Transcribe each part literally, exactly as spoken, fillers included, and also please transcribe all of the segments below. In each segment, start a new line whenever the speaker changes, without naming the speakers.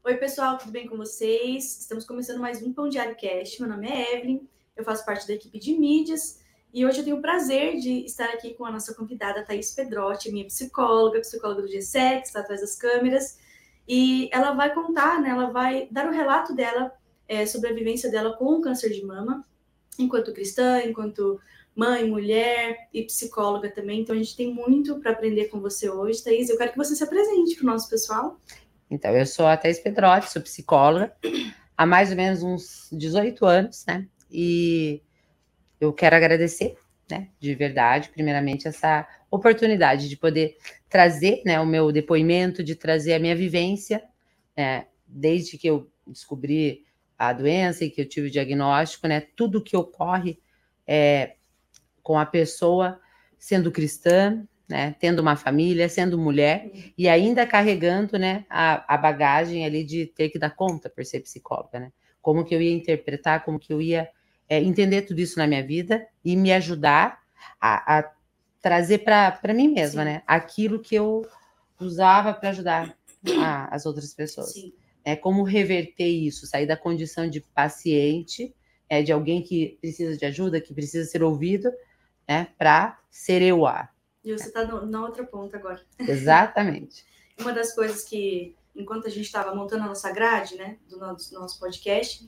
Oi, pessoal, tudo bem com vocês? Estamos começando mais um Pão Diário Cast. Meu nome é Evelyn, eu faço parte da equipe de mídias e hoje eu tenho o prazer de estar aqui com a nossa convidada, Thaís Pedrotti, minha psicóloga, psicóloga do G sete, que está atrás das câmeras, e ela vai contar, né, ela vai dar o relato dela é, sobre a vivência dela com o câncer de mama, enquanto cristã, enquanto mãe, mulher e psicóloga também. Então a gente tem muito para aprender com você hoje, Thaís. Eu quero que você se apresente para o nosso pessoal.
Então, eu sou a Thaís Pedrotti, sou psicóloga há mais ou menos uns dezoito anos, né? E eu quero agradecer, né, de verdade, primeiramente, essa oportunidade de poder trazer, né, o meu depoimento, de trazer a minha vivência, né, desde que eu descobri a doença e que eu tive o diagnóstico, né, tudo que ocorre é, com a pessoa sendo cristã, né, tendo uma família, sendo mulher e ainda carregando, né, a, a bagagem ali de ter que dar conta por ser psicóloga, né? Como que eu ia interpretar, como que eu ia é, entender tudo isso na minha vida e me ajudar a, a trazer para mim mesma, Sim. né, aquilo que eu usava para ajudar a, as outras pessoas. Sim. É como reverter isso, sair da condição de paciente, é, de alguém que precisa de ajuda, que precisa ser ouvido, né, para ser eu a.
E você está na outra ponta agora.
Exatamente.
Uma das coisas que, enquanto a gente estava montando a nossa grade, né, do nosso, nosso podcast,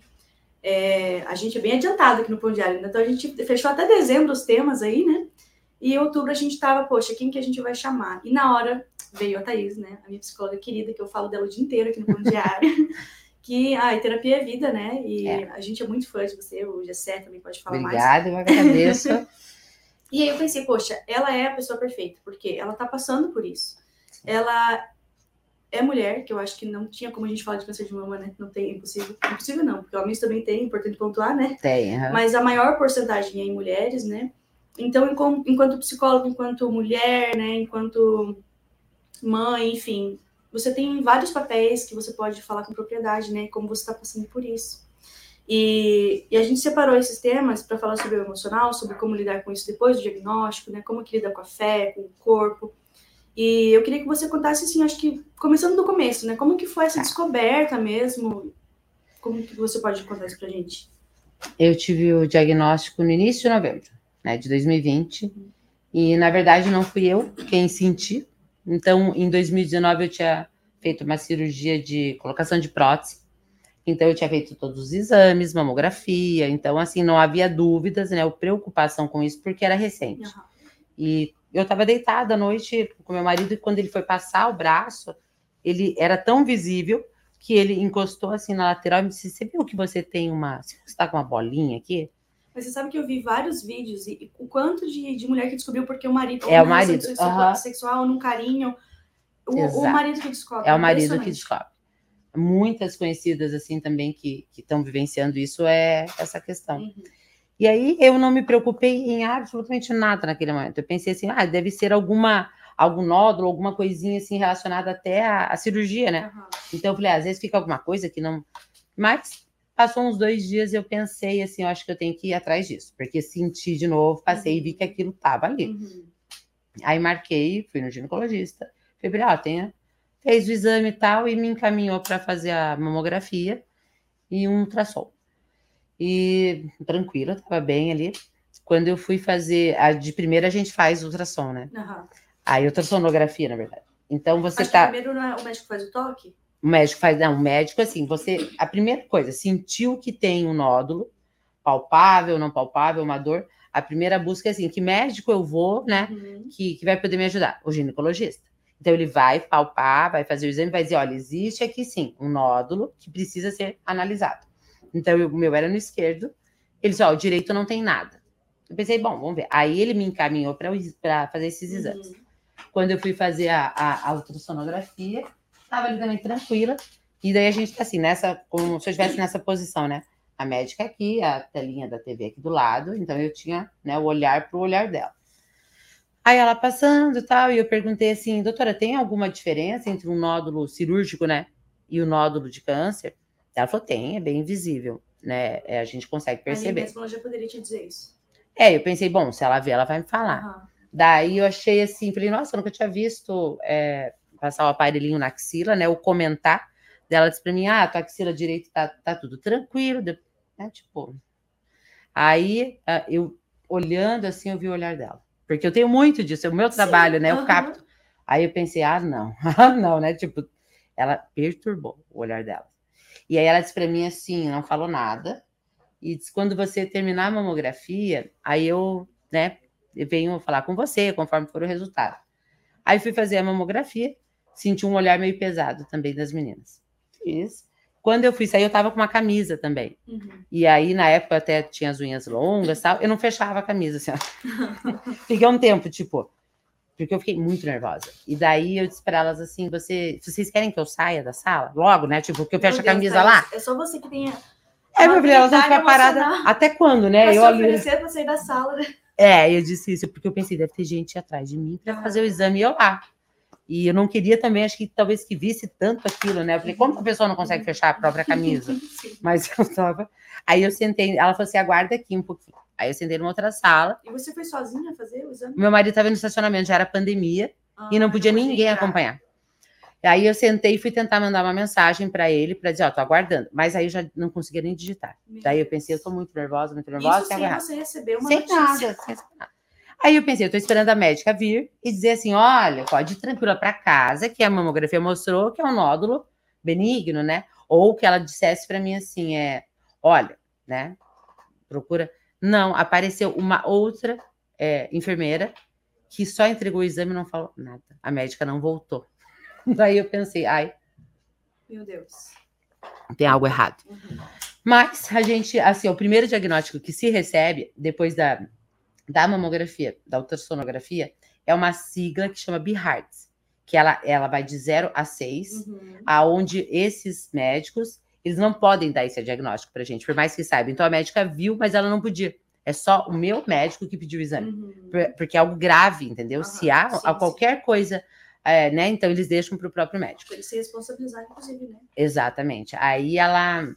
é, a gente é bem adiantado aqui no Pão Diário, né? Então a gente fechou até dezembro os temas aí, né? E em outubro a gente estava, poxa, quem que a gente vai chamar? E na hora veio a Thaís, né, a minha psicóloga querida, que eu falo dela o dia inteiro aqui no Pão Diário, que, ai, terapia é vida, né? E é. a gente é muito fã de você, o G sete também pode falar
Obrigada,
mais.
Obrigada, eu agradeço.
E aí eu pensei, poxa, ela é a pessoa perfeita, porque ela tá passando por isso. Ela é mulher, que eu acho que não tinha como a gente falar de câncer de mama, né? Não tem, é impossível. Impossível não, porque homens também tem, é importante pontuar, né?
Tem, uhum.
Mas a maior porcentagem é em mulheres, né? Então, enquanto psicóloga, enquanto mulher, né? Enquanto mãe, enfim, você tem vários papéis que você pode falar com propriedade, né? Como você está passando por isso. E, e a gente separou esses temas para falar sobre o emocional, sobre como lidar com isso depois do diagnóstico, né? Como que lida com a fé, com o corpo. E eu queria que você contasse, assim, acho que começando do começo, né? Como que foi essa descoberta mesmo? Como que você pode contar isso pra gente?
Eu tive o diagnóstico no início de novembro, né, de dois mil e vinte. Uhum. E, na verdade, não fui eu quem senti. Então, em dois mil e dezenove, eu tinha feito uma cirurgia de colocação de prótese. Então, eu tinha feito todos os exames, mamografia. Então, assim, não havia dúvidas, né? Ou preocupação com isso, porque era recente. Uhum. E eu estava deitada à noite com meu marido e quando ele foi passar o braço, ele era tão visível que ele encostou assim na lateral e me disse, você viu que você tem uma... Você está com uma bolinha aqui?
Mas você sabe que eu vi vários vídeos e o quanto de, de mulher que descobriu porque o marido...
É o marido.
Sexual, uhum. sexual, num carinho. O, o marido que descobre.
É o marido que descobre. Muitas conhecidas, assim, também que estão vivenciando isso é essa questão. Uhum. E aí, eu não me preocupei em absolutamente nada naquele momento. Eu pensei assim, ah, deve ser alguma, algum nódulo, alguma coisinha, assim, relacionada até à, à cirurgia, né? Uhum. Então, eu falei, ah, às vezes fica alguma coisa que não... Mas passou uns dois dias e eu pensei, assim, eu acho que eu tenho que ir atrás disso. Porque senti de novo, passei uhum. e vi que aquilo estava ali. Uhum. Aí, marquei, fui no ginecologista. Falei, ó, tem... Fez o exame e tal e me encaminhou para fazer a mamografia e um ultrassom. E tranquilo, estava bem ali. Quando eu fui fazer, a de primeira a gente faz ultrassom, né? Uhum. Aí ultrassonografia, na verdade. Então você
Acho
tá...
que primeiro o médico faz o toque?
O médico faz, não, o médico assim, você... A primeira coisa, sentiu que tem um nódulo, palpável, não palpável, uma dor. A primeira busca é assim, que médico eu vou, né? Uhum. Que, que vai poder me ajudar? O ginecologista. Então, ele vai palpar, vai fazer o exame, vai dizer, olha, existe aqui, sim, um nódulo que precisa ser analisado. Então, o meu era no esquerdo. Ele disse, ó, o direito não tem nada. Eu pensei, bom, vamos ver. Aí, ele me encaminhou para fazer esses exames. Uhum. Quando eu fui fazer a, a, a ultrassonografia, estava ali também tranquila. E daí, a gente tá assim, nessa, como se eu estivesse nessa posição, né? A médica aqui, a telinha da T V aqui do lado. Então, eu tinha, né, o olhar para o olhar dela. Aí ela passando e tal, e eu perguntei assim, doutora, tem alguma diferença entre um nódulo cirúrgico, né, e o nódulo de câncer? Ela falou, tem, é bem visível, né, é, a gente consegue perceber.
Ali mesmo ela já poderia te dizer isso.
É, eu pensei, bom, se ela ver, ela vai me falar. Uhum. Daí eu achei assim, falei, nossa, eu nunca tinha visto é, passar o aparelhinho na axila, né, ou comentar Ela disse pra mim, ah, tua axila direita tá, tá tudo tranquilo, né? Tipo, aí eu olhando assim, eu vi o olhar dela. Porque eu tenho muito disso, é o meu Sim, trabalho, né? Eu uh-huh. capto. Aí eu pensei, ah, não, ah, não, né? Tipo, ela perturbou o olhar dela. E aí ela disse pra mim assim, não falou nada. E disse, quando você terminar a mamografia, aí eu, né, venho falar com você, conforme for o resultado. Aí fui fazer a mamografia, senti um olhar meio pesado também das meninas. Fiz. Quando eu fui sair, eu tava com uma camisa também. Uhum. E aí, na época, eu até tinha as unhas longas e tal. Eu não fechava a camisa, assim, ó. Fiquei um tempo, tipo... Porque eu fiquei muito nervosa. E daí, eu disse pra elas assim, você, vocês querem que eu saia da sala? Logo, né? Tipo, que eu feche a camisa
Deus,
lá?
É só você que tem...
É, meu filho, elas vão ficar paradas... Até quando, né?
Pra
eu
se oferecer pra sair da sala, né?
É, eu disse isso, porque eu pensei, deve ter gente atrás de mim pra fazer o exame e eu lá. E eu não queria também, acho que talvez que visse tanto aquilo, né? Eu falei, como que a pessoa não consegue fechar a própria camisa? Mas eu tava... Aí eu sentei, ela falou assim, aguarda aqui um pouquinho. Aí eu sentei numa outra sala.
E você foi sozinha fazer o exame?
Meu marido estava no estacionamento, já era pandemia, ah, e não podia não ninguém entrar. acompanhar. Aí eu sentei e fui tentar mandar uma mensagem para ele, para dizer, ó, oh, tô aguardando. Mas aí eu já não conseguia nem digitar. Meu Daí eu pensei, eu tô muito nervosa, muito nervosa.
Isso sem você receber uma
sem
notícia.
Nada, sem nada. Aí eu pensei, eu tô esperando a médica vir e dizer assim, olha, pode ir tranquila para casa, que a mamografia mostrou que é um nódulo benigno, né? Ou que ela dissesse para mim assim, é, olha, né? Procura. Não, apareceu uma outra é, enfermeira que só entregou o exame e não falou nada. A médica não voltou. Daí eu pensei, ai...
Meu Deus.
Tem algo errado. Uhum. Mas a gente, assim, o primeiro diagnóstico que se recebe depois da, da mamografia, da ultrassonografia, é uma sigla que chama BIHARTS, que ela, ela vai de zero a seis, uhum. aonde esses médicos, eles não podem dar esse diagnóstico pra gente, por mais que saibam. Então a médica viu, mas ela não podia. É só o meu médico que pediu o exame. Uhum. Porque é algo grave, entendeu? Uhum. Se há sim, qualquer sim. coisa... É, né? Então, eles deixam para o próprio médico.
Ele se responsabilizar, inclusive, né?
Exatamente. Aí, ela...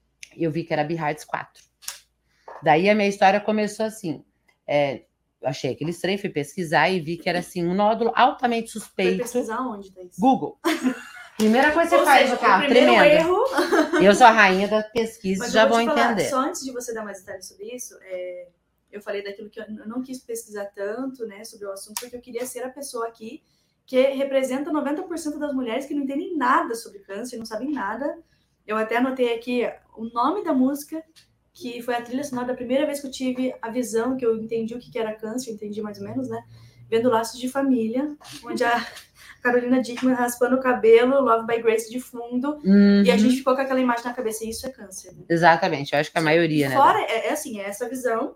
Eu vi que era BIHARTS quatro. Daí, a minha história começou assim. É, achei aquele estranho, fui pesquisar e vi que era, assim, um nódulo altamente suspeito.
Foi pesquisar onde, Thaís?
Google. Primeira coisa que você
Ou
faz,
seja,
cara,
tremenda. Erro...
Eu sou a rainha da pesquisa,
Mas
já
vou
vão
falar,
entender.
Só antes de você dar mais detalhes sobre isso, é... eu falei daquilo que eu não quis pesquisar tanto, né, sobre o assunto, porque eu queria ser a pessoa aqui que representa noventa por cento das mulheres que não entendem nada sobre câncer, não sabem nada. Eu até anotei aqui o nome da música, que foi a trilha sonora da primeira vez que eu tive a visão, que eu entendi o que era câncer, entendi mais ou menos, né? Vendo Laços de Família, onde a Carolina Dickman raspando o cabelo, Love by Grace de fundo, uhum. e a gente ficou com aquela imagem na cabeça, e isso é câncer. Né?
Exatamente, eu acho que a maioria,
e
né?
Fora, é, é assim, é essa visão,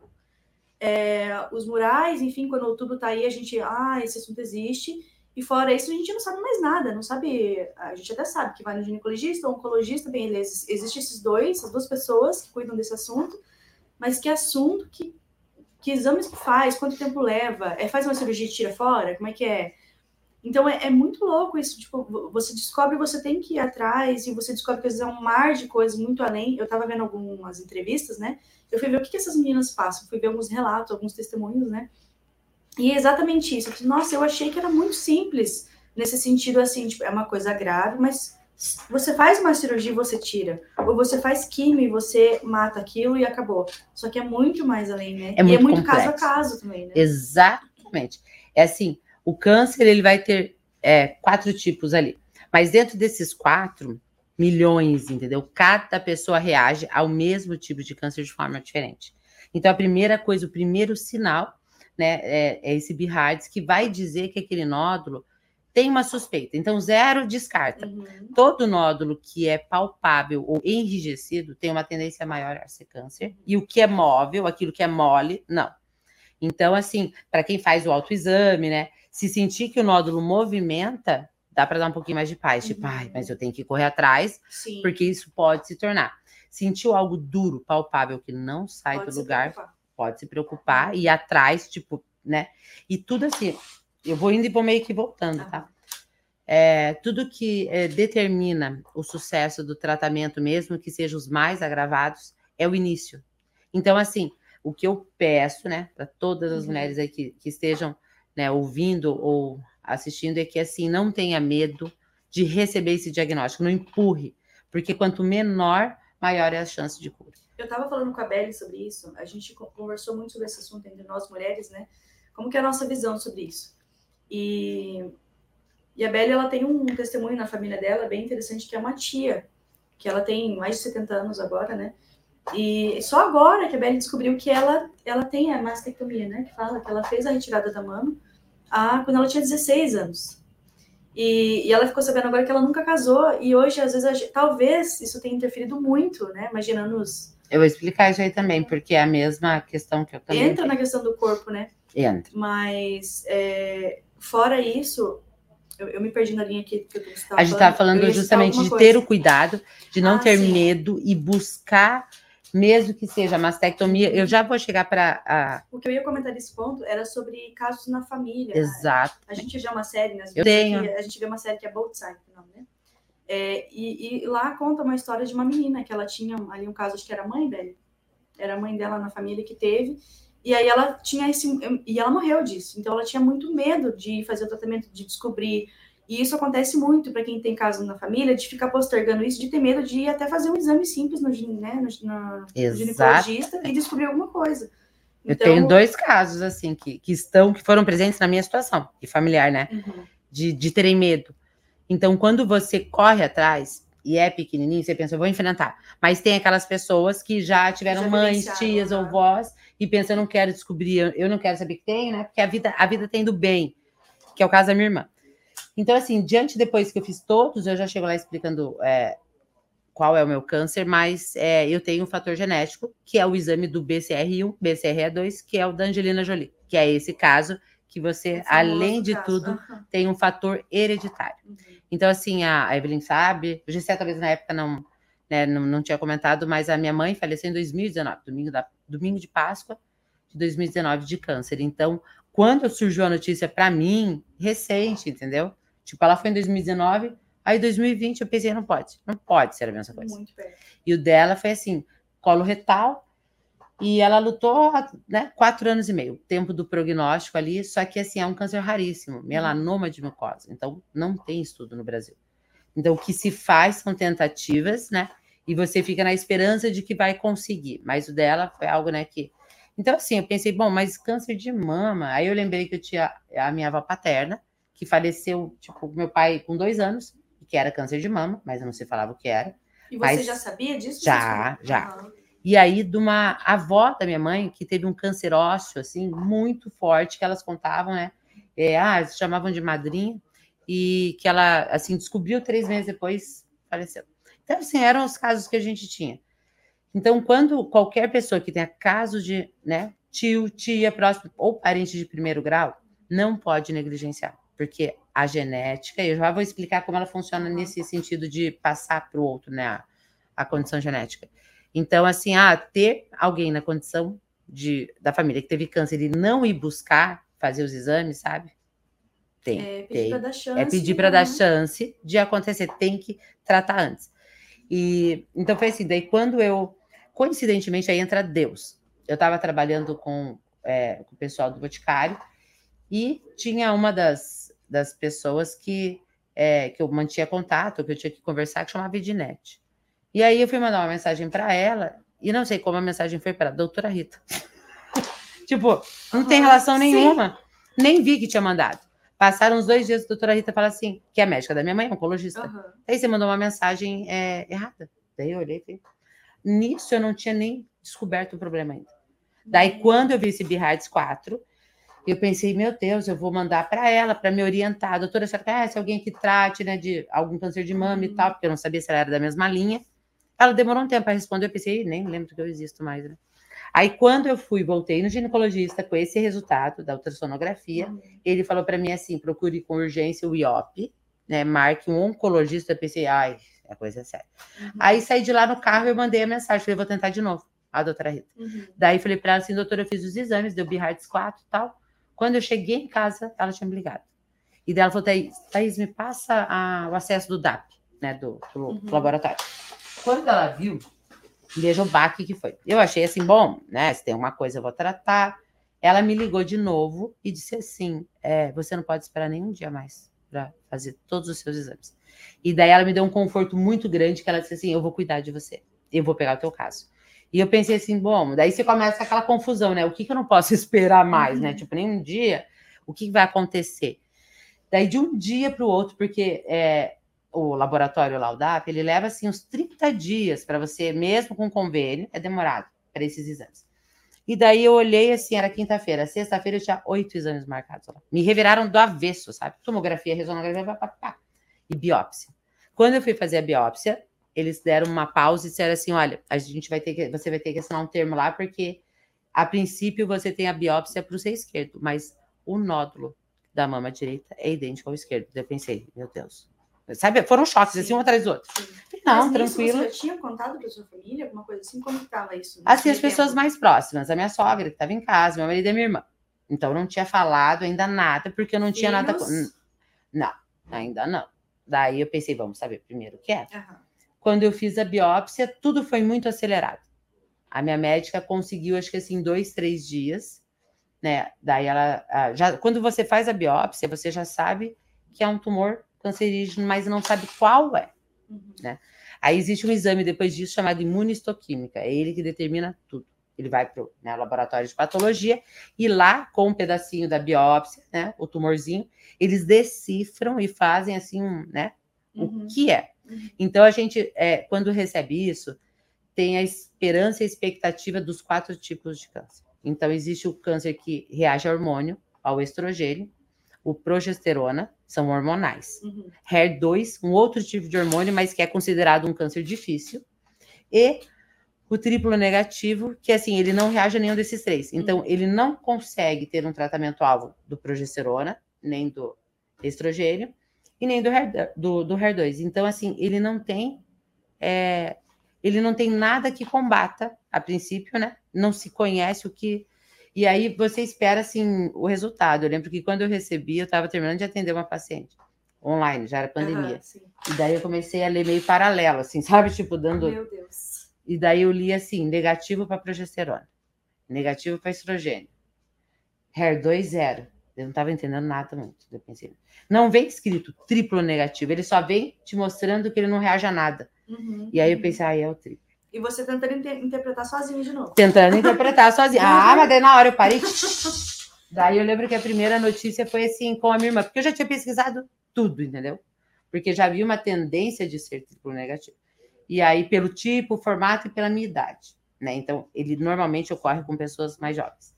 é, os murais, enfim, quando o outubro tá aí, a gente, ah, esse assunto existe. E fora isso, a gente não sabe mais nada, não sabe... A gente até sabe que vai no ginecologista, oncologista, bem, eles, existem esses dois, essas duas pessoas que cuidam desse assunto, mas que assunto, que, que exames que faz, quanto tempo leva, é, faz uma cirurgia e tira fora, como é que é? Então, é, é muito louco isso, tipo, você descobre, você tem que ir atrás, e você descobre que às vezes é um mar de coisas muito além. Eu tava vendo algumas entrevistas, né? Eu fui ver o que, que essas meninas passam, fui ver alguns relatos, alguns testemunhos, né? E é exatamente isso. Nossa, eu achei que era muito simples nesse sentido, assim, tipo, é uma coisa grave, mas você faz uma cirurgia e você tira. Ou você faz químio e você mata aquilo e acabou. Só que é muito mais além, né?
É muito
e é muito
complexo.
caso a caso também, né?
Exatamente. É assim, o câncer, ele vai ter é, quatro tipos ali. Mas dentro desses quatro, milhões, entendeu? Cada pessoa reage ao mesmo tipo de câncer de forma diferente. Então, a primeira coisa, o primeiro sinal, né, é, é esse BIHARTS, que vai dizer que aquele nódulo tem uma suspeita. Então, zero descarta. Uhum. Todo nódulo que é palpável ou enrijecido tem uma tendência maior a ser câncer. E o que é móvel, aquilo que é mole, não. Então, assim, para quem faz o autoexame, né, se sentir que o nódulo movimenta, dá para dar um pouquinho mais de paz. Uhum. Tipo, ai, mas eu tenho que correr atrás, Sim. porque isso pode se tornar. Sentiu algo duro, palpável, que não sai pode do lugar, preocupar. pode se preocupar uhum. e ir atrás, tipo, né? E tudo assim, eu vou indo e vou meio que voltando, tá? É, tudo que é, determina o sucesso do tratamento, mesmo que sejam os mais agravados, é o início. Então, assim, o que eu peço, né, para todas as uhum. mulheres aí que, que estejam, né, ouvindo ou assistindo, é que, assim, não tenha medo de receber esse diagnóstico, não empurre. Porque quanto menor, maior é a chance de cura.
Eu estava falando com a Beli sobre isso, a gente conversou muito sobre esse assunto entre nós mulheres, né? Como que é a nossa visão sobre isso. E, e a Beli, ela tem um testemunho na família dela bem interessante, que é uma tia, que ela tem mais de setenta anos agora, né? E só agora que a Beli descobriu que ela, ela tem a mastectomia, né? Que fala que ela fez a retirada da mama a, quando ela tinha dezesseis anos. E, e ela ficou sabendo agora que ela nunca casou, e hoje, às vezes, a gente, talvez isso tenha interferido muito, né? Imaginando os...
Eu vou explicar isso aí também, porque é a mesma questão que eu também
Entra
tenho.
na questão do corpo, né?
Entra.
Mas, é, fora isso, eu, eu me perdi na linha aqui que eu estava
A gente estava falando, falando justamente de ter o cuidado, de não ah, ter sim. medo e buscar, mesmo que seja mastectomia. Eu já vou chegar para... A...
O que eu ia comentar nesse ponto era sobre casos na família.
Exato.
Né? A gente vê uma série, né?
Eu tenho.
Aqui, a gente vê uma série que é Both Sides, não, né? É, e, e lá conta uma história de uma menina que ela tinha ali um caso, acho que era a mãe dela. Era a mãe dela na família que teve. E aí ela tinha esse... E ela morreu disso. Então ela tinha muito medo de fazer o tratamento, de descobrir... E isso acontece muito para quem tem caso na família, de ficar postergando isso, de ter medo de ir até fazer um exame simples no, né, no, no, no ginecologista e descobrir alguma coisa.
Eu então, tenho dois casos, assim, que, que estão, que foram presentes na minha situação, e familiar, né?
Uhum.
De, de terem medo. Então, quando você corre atrás e é pequenininho, você pensa, eu vou enfrentar. Mas tem aquelas pessoas que já tiveram já mães, tias né? ou vós, e pensam, eu não quero descobrir, eu não quero saber que tem, né? Porque a vida, a vida tem do bem, que é o caso da minha irmã. Então, assim, diante depois que eu fiz todos, eu já chego lá explicando é, qual é o meu câncer, mas é, eu tenho um fator genético, que é o exame do B C R um, B C R dois, que é o da Angelina Jolie, que é esse caso que você, além de caso. tudo, uhum. tem um fator hereditário. Uhum. Então, assim, a, a Evelyn sabe, o Gessé talvez na época não, né, não, não tinha comentado, mas a minha mãe faleceu em dois mil e dezenove, domingo, da, domingo de Páscoa de dois mil e dezenove, de câncer. Então, quando surgiu a notícia para mim, recente, entendeu? Tipo, ela foi em dois mil e dezenove, aí em dois mil e vinte eu pensei, não pode, não pode ser a mesma coisa.
Muito perto.
E o dela foi assim, colo retal, e ela lutou, né, quatro anos e meio, tempo do prognóstico ali, só que assim, é um câncer raríssimo, melanoma de mucosa, então não tem estudo no Brasil. Então, o que se faz são tentativas, né, e você fica na esperança de que vai conseguir, mas o dela foi algo, né, que... Então, assim, eu pensei, bom, mas câncer de mama, aí eu lembrei que eu tinha a minha avó paterna, que faleceu, tipo, meu pai com dois anos, que era câncer de mama, mas eu não sei falava o que era.
E você mas... já sabia disso?
Já, já. Uhum. E aí, de uma avó da minha mãe, que teve um câncer ósseo, assim, muito forte, que elas contavam, né? É, ah, eles chamavam de madrinha, e que ela, assim, descobriu três meses depois, faleceu. Então, assim, eram os casos que a gente tinha. Então, quando qualquer pessoa que tenha casos de, né, tio, tia, próximo, ou parente de primeiro grau, não pode negligenciar. Porque a genética, eu já vou explicar como ela funciona uhum. nesse sentido de passar para o outro, né, a, a condição genética. Então, assim, ah, ter alguém na condição de, da família que teve câncer e não ir buscar fazer os exames, sabe? Tem.
É pedir para dar chance.
É pedir para dar chance de acontecer, tem que tratar antes. E, então, foi assim, daí quando eu, coincidentemente, aí entra Deus. Eu estava trabalhando com, é, com o pessoal do Boticário, e tinha uma das, das pessoas que, é, que eu mantinha contato, que eu tinha que conversar, que chamava Edinete. E aí eu fui mandar uma mensagem para ela, e não sei como a mensagem foi para a doutora Rita. Tipo, não uhum, tem relação nenhuma. Sim. Nem vi que tinha mandado. Passaram uns dois dias, a doutora Rita fala assim, que é a médica da minha mãe, oncologista. Uhum. Aí você mandou uma mensagem é, errada. Daí eu olhei e falei, nisso eu não tinha nem descoberto o problema ainda. Daí, quando eu vi esse BIHARDS quatro, eu pensei, meu Deus, eu vou mandar para ela, para me orientar. A doutora, você conhece alguém que trate, né, de algum câncer de mama uhum. e tal, porque eu não sabia se ela era da mesma linha. Ela demorou um tempo para responder, eu pensei, nem lembro que eu existo mais, né? Aí, quando eu fui, voltei no ginecologista com esse resultado da ultrassonografia, uhum. ele falou para mim assim, procure com urgência o I O P, né, marque um oncologista. Eu pensei, ai, a coisa é séria. Uhum. Aí, saí de lá no carro, eu mandei a mensagem, falei, vou tentar de novo, a doutora Rita. Uhum. Daí, falei para ela assim, doutora, eu fiz os exames, deu BIHARDS quatro e tal. Quando eu cheguei em casa, ela tinha me ligado. E daí ela falou, Thaís, Thaís me passa a, o acesso do D A P, né, do, do, uhum. do laboratório. Quando ela viu, veja o baque que foi. Eu achei assim, bom, né, se tem uma coisa eu vou tratar. Ela me ligou de novo e disse assim, é, você não pode esperar nenhum dia mais para fazer todos os seus exames. E daí ela me deu um conforto muito grande, que ela disse assim, eu vou cuidar de você, eu vou pegar o teu caso. E eu pensei assim, bom, daí você começa aquela confusão, né? O que, que eu não posso esperar mais, uhum. né? Tipo, nem um dia, o que, que vai acontecer? Daí de um dia para o outro, porque é, o laboratório lá, o D A P, ele leva assim uns trinta dias para você, mesmo com convênio, é demorado para esses exames. E daí eu olhei assim, era quinta-feira, sexta-feira eu tinha oito exames marcados lá. Me reviraram do avesso, sabe? Tomografia, ressonância, pá, pá, pá, e biópsia. Quando eu fui fazer a biópsia, eles deram uma pausa e disseram assim, olha, a gente vai ter que, você vai ter que assinar um termo lá, porque a princípio você tem a biópsia para o ser esquerdo, mas o nódulo da mama direita é idêntico ao esquerdo. Eu pensei, meu Deus. Sabe, foram choques, sim, assim, um atrás do outro. Sim. Não,
mas
tranquilo.
Você já tinha contado para sua família, alguma coisa assim? Como estava isso?
Assim, as pessoas tempo? mais próximas. A minha sogra, que estava em casa, meu marido e minha irmã. Então, não tinha falado ainda nada, porque eu não Filhos? tinha nada... Não, ainda não. Daí eu pensei, vamos saber primeiro o que é. Uhum. Quando eu fiz a biópsia, tudo foi muito acelerado. A minha médica conseguiu, acho que assim, dois, três dias, né? Daí ela, já, quando você faz a biópsia, você já sabe que é um tumor cancerígeno, mas não sabe qual é, uhum. né? Aí existe um exame depois disso chamado imunistoquímica, é ele que determina tudo. Ele vai para o né, laboratório de patologia e lá, com um pedacinho da biópsia, né, o tumorzinho, eles decifram e fazem assim, né, uhum. o que é. Uhum. Então a gente, é, quando recebe isso, tem a esperança e a expectativa dos quatro tipos de câncer. Então, existe o câncer que reage ao hormônio, ao estrogênio, o progesterona, são hormonais. Uhum. H E R dois, um outro tipo de hormônio, mas que é considerado um câncer difícil. E o triplo negativo, que assim, ele não reage a nenhum desses três. Então, uhum. ele não consegue ter um tratamento-alvo do progesterona, nem do estrogênio, e nem do H E R, do, do H E R dois. Então, assim, ele não tem... É, ele não tem nada que combata, a princípio, né? Não se conhece o que... E aí você espera, assim, o resultado. Eu lembro que quando eu recebi, eu estava terminando de atender uma paciente online, já era pandemia. Uhum, e daí eu comecei a ler meio paralelo, assim, sabe? Tipo, dando...
Meu Deus.
E daí eu li, assim, negativo para progesterona, negativo para estrogênio, H E R dois, zero. Eu não estava entendendo nada muito. Eu pensei, não vem escrito triplo negativo, ele só vem te mostrando que ele não reage a nada. Uhum, e aí eu pensei, ah, é o triplo.
E você tentando inter interpretar sozinho de novo.
Tentando interpretar sozinho. Ah, mas daí na hora eu parei. Daí eu lembro que a primeira notícia foi assim com a minha irmã, porque eu já tinha pesquisado tudo, entendeu? Porque já havia uma tendência de ser triplo negativo. E aí, pelo tipo, formato e pela minha idade, né? Então, ele normalmente ocorre com pessoas mais jovens.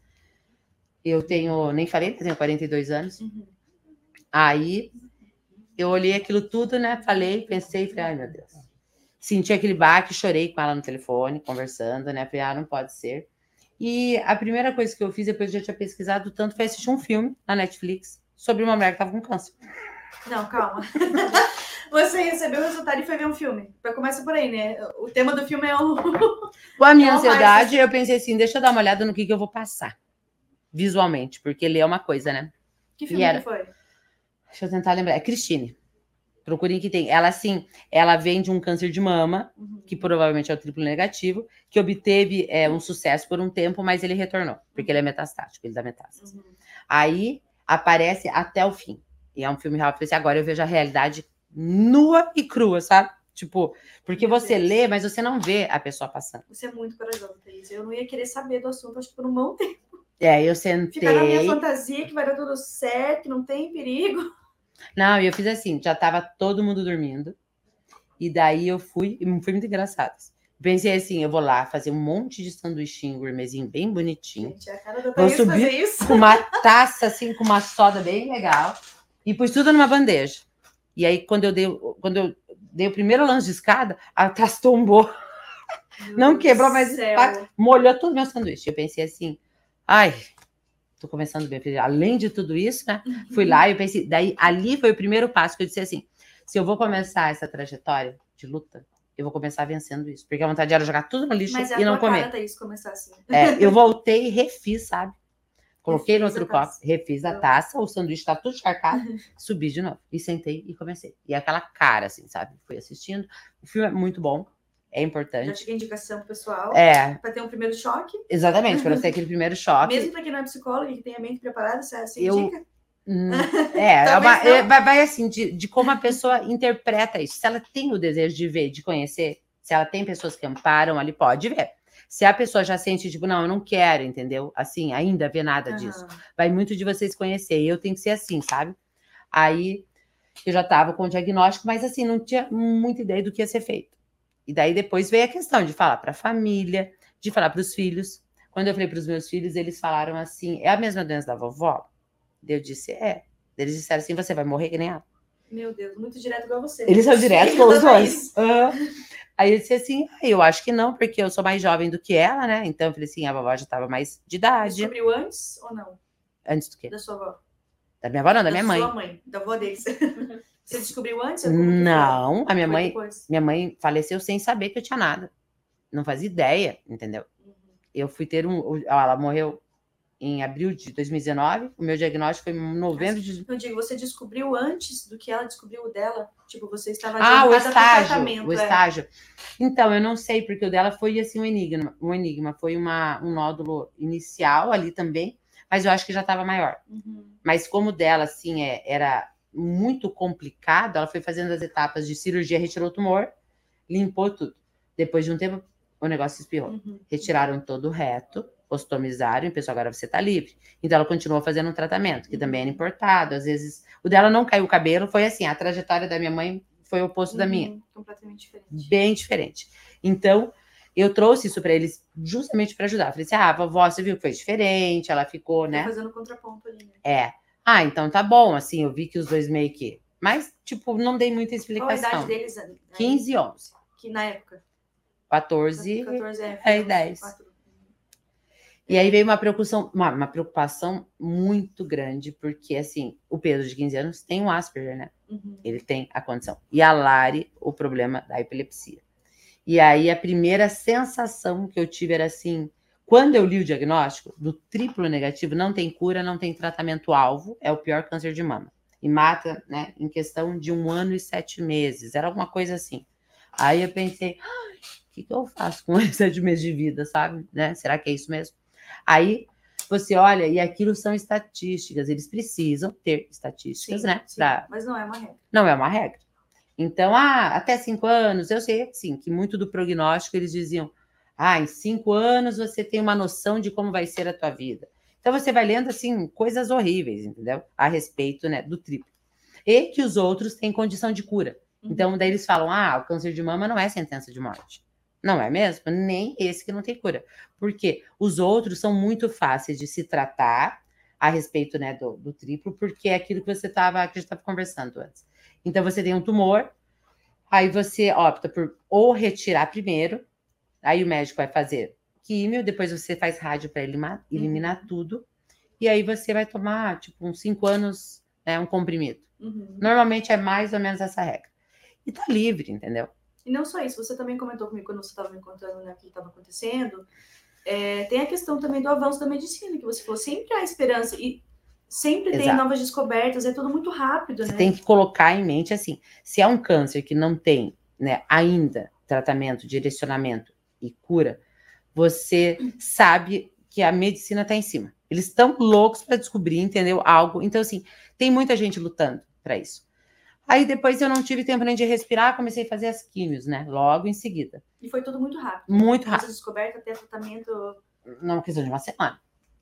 Eu tenho, nem falei, eu tenho quarenta e dois anos. Uhum. Aí, eu olhei aquilo tudo, né? Falei, pensei, falei, ai, meu Deus. Senti aquele baque, chorei com ela no telefone, conversando, né? Falei, ah, não pode ser. E a primeira coisa que eu fiz, depois eu já tinha pesquisado tanto, foi assistir um filme na Netflix sobre uma mulher que estava com câncer.
Não, calma. Você recebeu o resultado e foi ver um filme. Começa por aí, né? O tema do filme é o...
Com a minha é ansiedade, mais... eu pensei assim, deixa eu dar uma olhada no que, que eu vou passar. Visualmente, porque ler é uma coisa, né?
Que filme era... que foi?
Deixa eu tentar lembrar. É Christine. Procurem que tem. Ela, assim, ela vem de um câncer de mama, uhum. que provavelmente é o triplo negativo, que obteve é, um sucesso por um tempo, mas ele retornou, porque ele é metastático, ele dá metástase. Uhum. Aí, aparece até o fim. E é um filme real, porque agora eu vejo a realidade nua e crua, sabe? Tipo, porque Meu você Deus. lê, mas você não vê a pessoa passando.
Você é muito corajosa, Thaís. Eu não ia querer saber do assunto, acho que por um bom tempo.
É, eu sentei...
Ficar na minha fantasia que vai dar tudo certo, que não tem perigo.
Não, e eu fiz assim, já tava todo mundo dormindo, e daí eu fui, e foi muito engraçado. Pensei assim, eu vou lá fazer um monte de sanduichinho gourmetzinho bem bonitinho.
Gente, a cara da
vou
Thaís
subir
fazer isso.
Com uma taça, assim, com uma soda bem legal, e pus tudo numa bandeja. E aí, quando eu dei, quando eu dei o primeiro lance de escada, a taça tombou. Meu Não quebrou, mas pá, molhou todo o meu sanduíche. Eu pensei assim, ai... Tô começando bem. Além de tudo isso, né? Uhum. Fui lá e eu pensei... Daí, ali foi o primeiro passo que eu disse assim, se eu vou começar essa trajetória de luta, eu vou começar vencendo isso. Porque a vontade era jogar tudo no lixo Mas e não comer. Mas é a isso começar assim. É, eu voltei e refiz, sabe? Coloquei no outro copo, refiz a taça, o sanduíche tá tudo encharcado, subi de novo. E sentei e comecei. E aquela cara, assim, sabe? Fui assistindo. O filme é muito bom. É importante.
Já fica indicação pro pessoal.
É.
Para ter um primeiro choque.
Exatamente, para ter aquele primeiro choque.
Mesmo para quem não é psicólogo e que tem a mente preparada, você assim
eu,
indica?
Hum, é, é uma, é, vai, vai assim, de, de como a pessoa interpreta isso. Se ela tem o desejo de ver, de conhecer, se ela tem pessoas que amparam, ali pode ver. Se a pessoa já sente, tipo, não, eu não quero, entendeu? Assim, ainda ver nada
Aham.
disso. Vai muito de vocês conhecer. E eu tenho que ser assim, sabe? Aí eu já tava com o diagnóstico, mas assim, não tinha muita ideia do que ia ser feito. E daí depois veio a questão de falar para a família, de falar para os filhos. Quando eu falei para os meus filhos, eles falaram assim: é a mesma doença da vovó? Eu disse: é. Eles disseram assim: você vai morrer que nem ela.
Meu Deus, muito direto igual você.
Eles são diretos com os dois.
Uhum.
Aí eu disse assim: ah, eu acho que não, porque eu sou mais jovem do que ela, né? Então eu falei assim: a vovó já estava mais de idade.
Descobriu antes ou não?
Antes do quê?
Da sua avó?
Da minha avó, não, da,
da
minha mãe.
Da sua mãe, da avó deles. Você descobriu antes? Ou
não, a minha
foi
mãe,
depois?
minha mãe faleceu sem saber que eu tinha nada. Não fazia ideia, entendeu? Uhum. Eu fui ter um... Ela morreu em abril de dois mil e dezenove, o meu diagnóstico foi em novembro de...
Eu digo, você descobriu antes do que ela descobriu o dela? Tipo, você estava
ah, o estágio,
tratamento,
o
é.
estágio. Então, eu não sei, porque o dela foi assim um enigma, um enigma, foi uma, um nódulo inicial ali também, mas eu acho que já estava maior. Uhum. Mas como o dela, assim, é, era muito complicado, ela foi fazendo as etapas de cirurgia, retirou o tumor, limpou tudo. Depois de um tempo, o negócio espirrou. Uhum. Retiraram todo o reto, ostomizaram e pensou, agora você tá livre. Então ela continuou fazendo um tratamento, que uhum. também era importado. Às vezes, o dela não caiu o cabelo, foi assim, a trajetória da minha mãe foi o oposto uhum. da minha.
Completamente diferente.
Bem diferente. Então, eu trouxe isso para eles justamente para ajudar. Falei assim, ah, a vovó, você viu que foi diferente, ela ficou, né?
Tá fazendo contraponto ali, né?
É. Ah, então tá bom, assim, eu vi que os dois meio que... Mas, tipo, não dei muita explicação.
Qual a idade deles? Aí?
quinze e onze.
Que na época?
quatorze,
quatorze é,
é, e dez. quatro. E aí veio uma preocupação, uma, uma preocupação muito grande, porque, assim, o Pedro de quinze anos tem o Asperger, né? Uhum. Ele tem a condição. E a Lari, o problema da epilepsia. E aí a primeira sensação que eu tive era assim, quando eu li o diagnóstico do triplo negativo, não tem cura, não tem tratamento-alvo, é o pior câncer de mama. E mata, né, em questão de um ano e sete meses. Era alguma coisa assim. Aí eu pensei, ah, o que, que eu faço com esses sete meses de vida, sabe? Né? Será que é isso mesmo? Aí você olha, e aquilo são estatísticas, eles precisam ter estatísticas,
sim,
né?
Sim,
pra...
Mas não é uma regra.
Não é uma regra. Então, ah, até cinco anos, eu sei, sim, que muito do prognóstico eles diziam, ah, em cinco anos você tem uma noção de como vai ser a tua vida. Então, você vai lendo, assim, coisas horríveis, entendeu? A respeito, né, do triplo. E que os outros têm condição de cura. Uhum. Então, daí eles falam, ah, o câncer de mama não é sentença de morte. Não é mesmo? Nem esse que não tem cura. Porque os outros são muito fáceis de se tratar a respeito, né, do, do triplo, porque é aquilo que você estava, que a gente estava conversando antes. Então, você tem um tumor, aí você opta por ou retirar primeiro, aí o médico vai fazer químio, depois você faz rádio para eliminar, eliminar uhum. tudo, e aí você vai tomar, tipo, uns cinco anos, né, um comprimido. Uhum. Normalmente é mais ou menos essa regra. E tá livre, entendeu?
E não só isso, você também comentou comigo quando você estava me contando, né, o que estava acontecendo, é, tem a questão também do avanço da medicina, que você falou, sempre há esperança, e sempre Exato. Tem novas descobertas, é tudo muito rápido,
você
né?
Tem que colocar em mente, assim, se é um câncer que não tem, né, ainda tratamento, direcionamento e cura, você sabe que a medicina está em cima. Eles estão loucos para descobrir, entendeu? Algo. Então, assim, tem muita gente lutando para isso. Aí depois eu não tive tempo nem de respirar, comecei a fazer as químios, né? Logo em seguida.
E foi tudo muito rápido.
Muito rápido.
Essa descoberta até tratamento...
Não, questão de uma semana.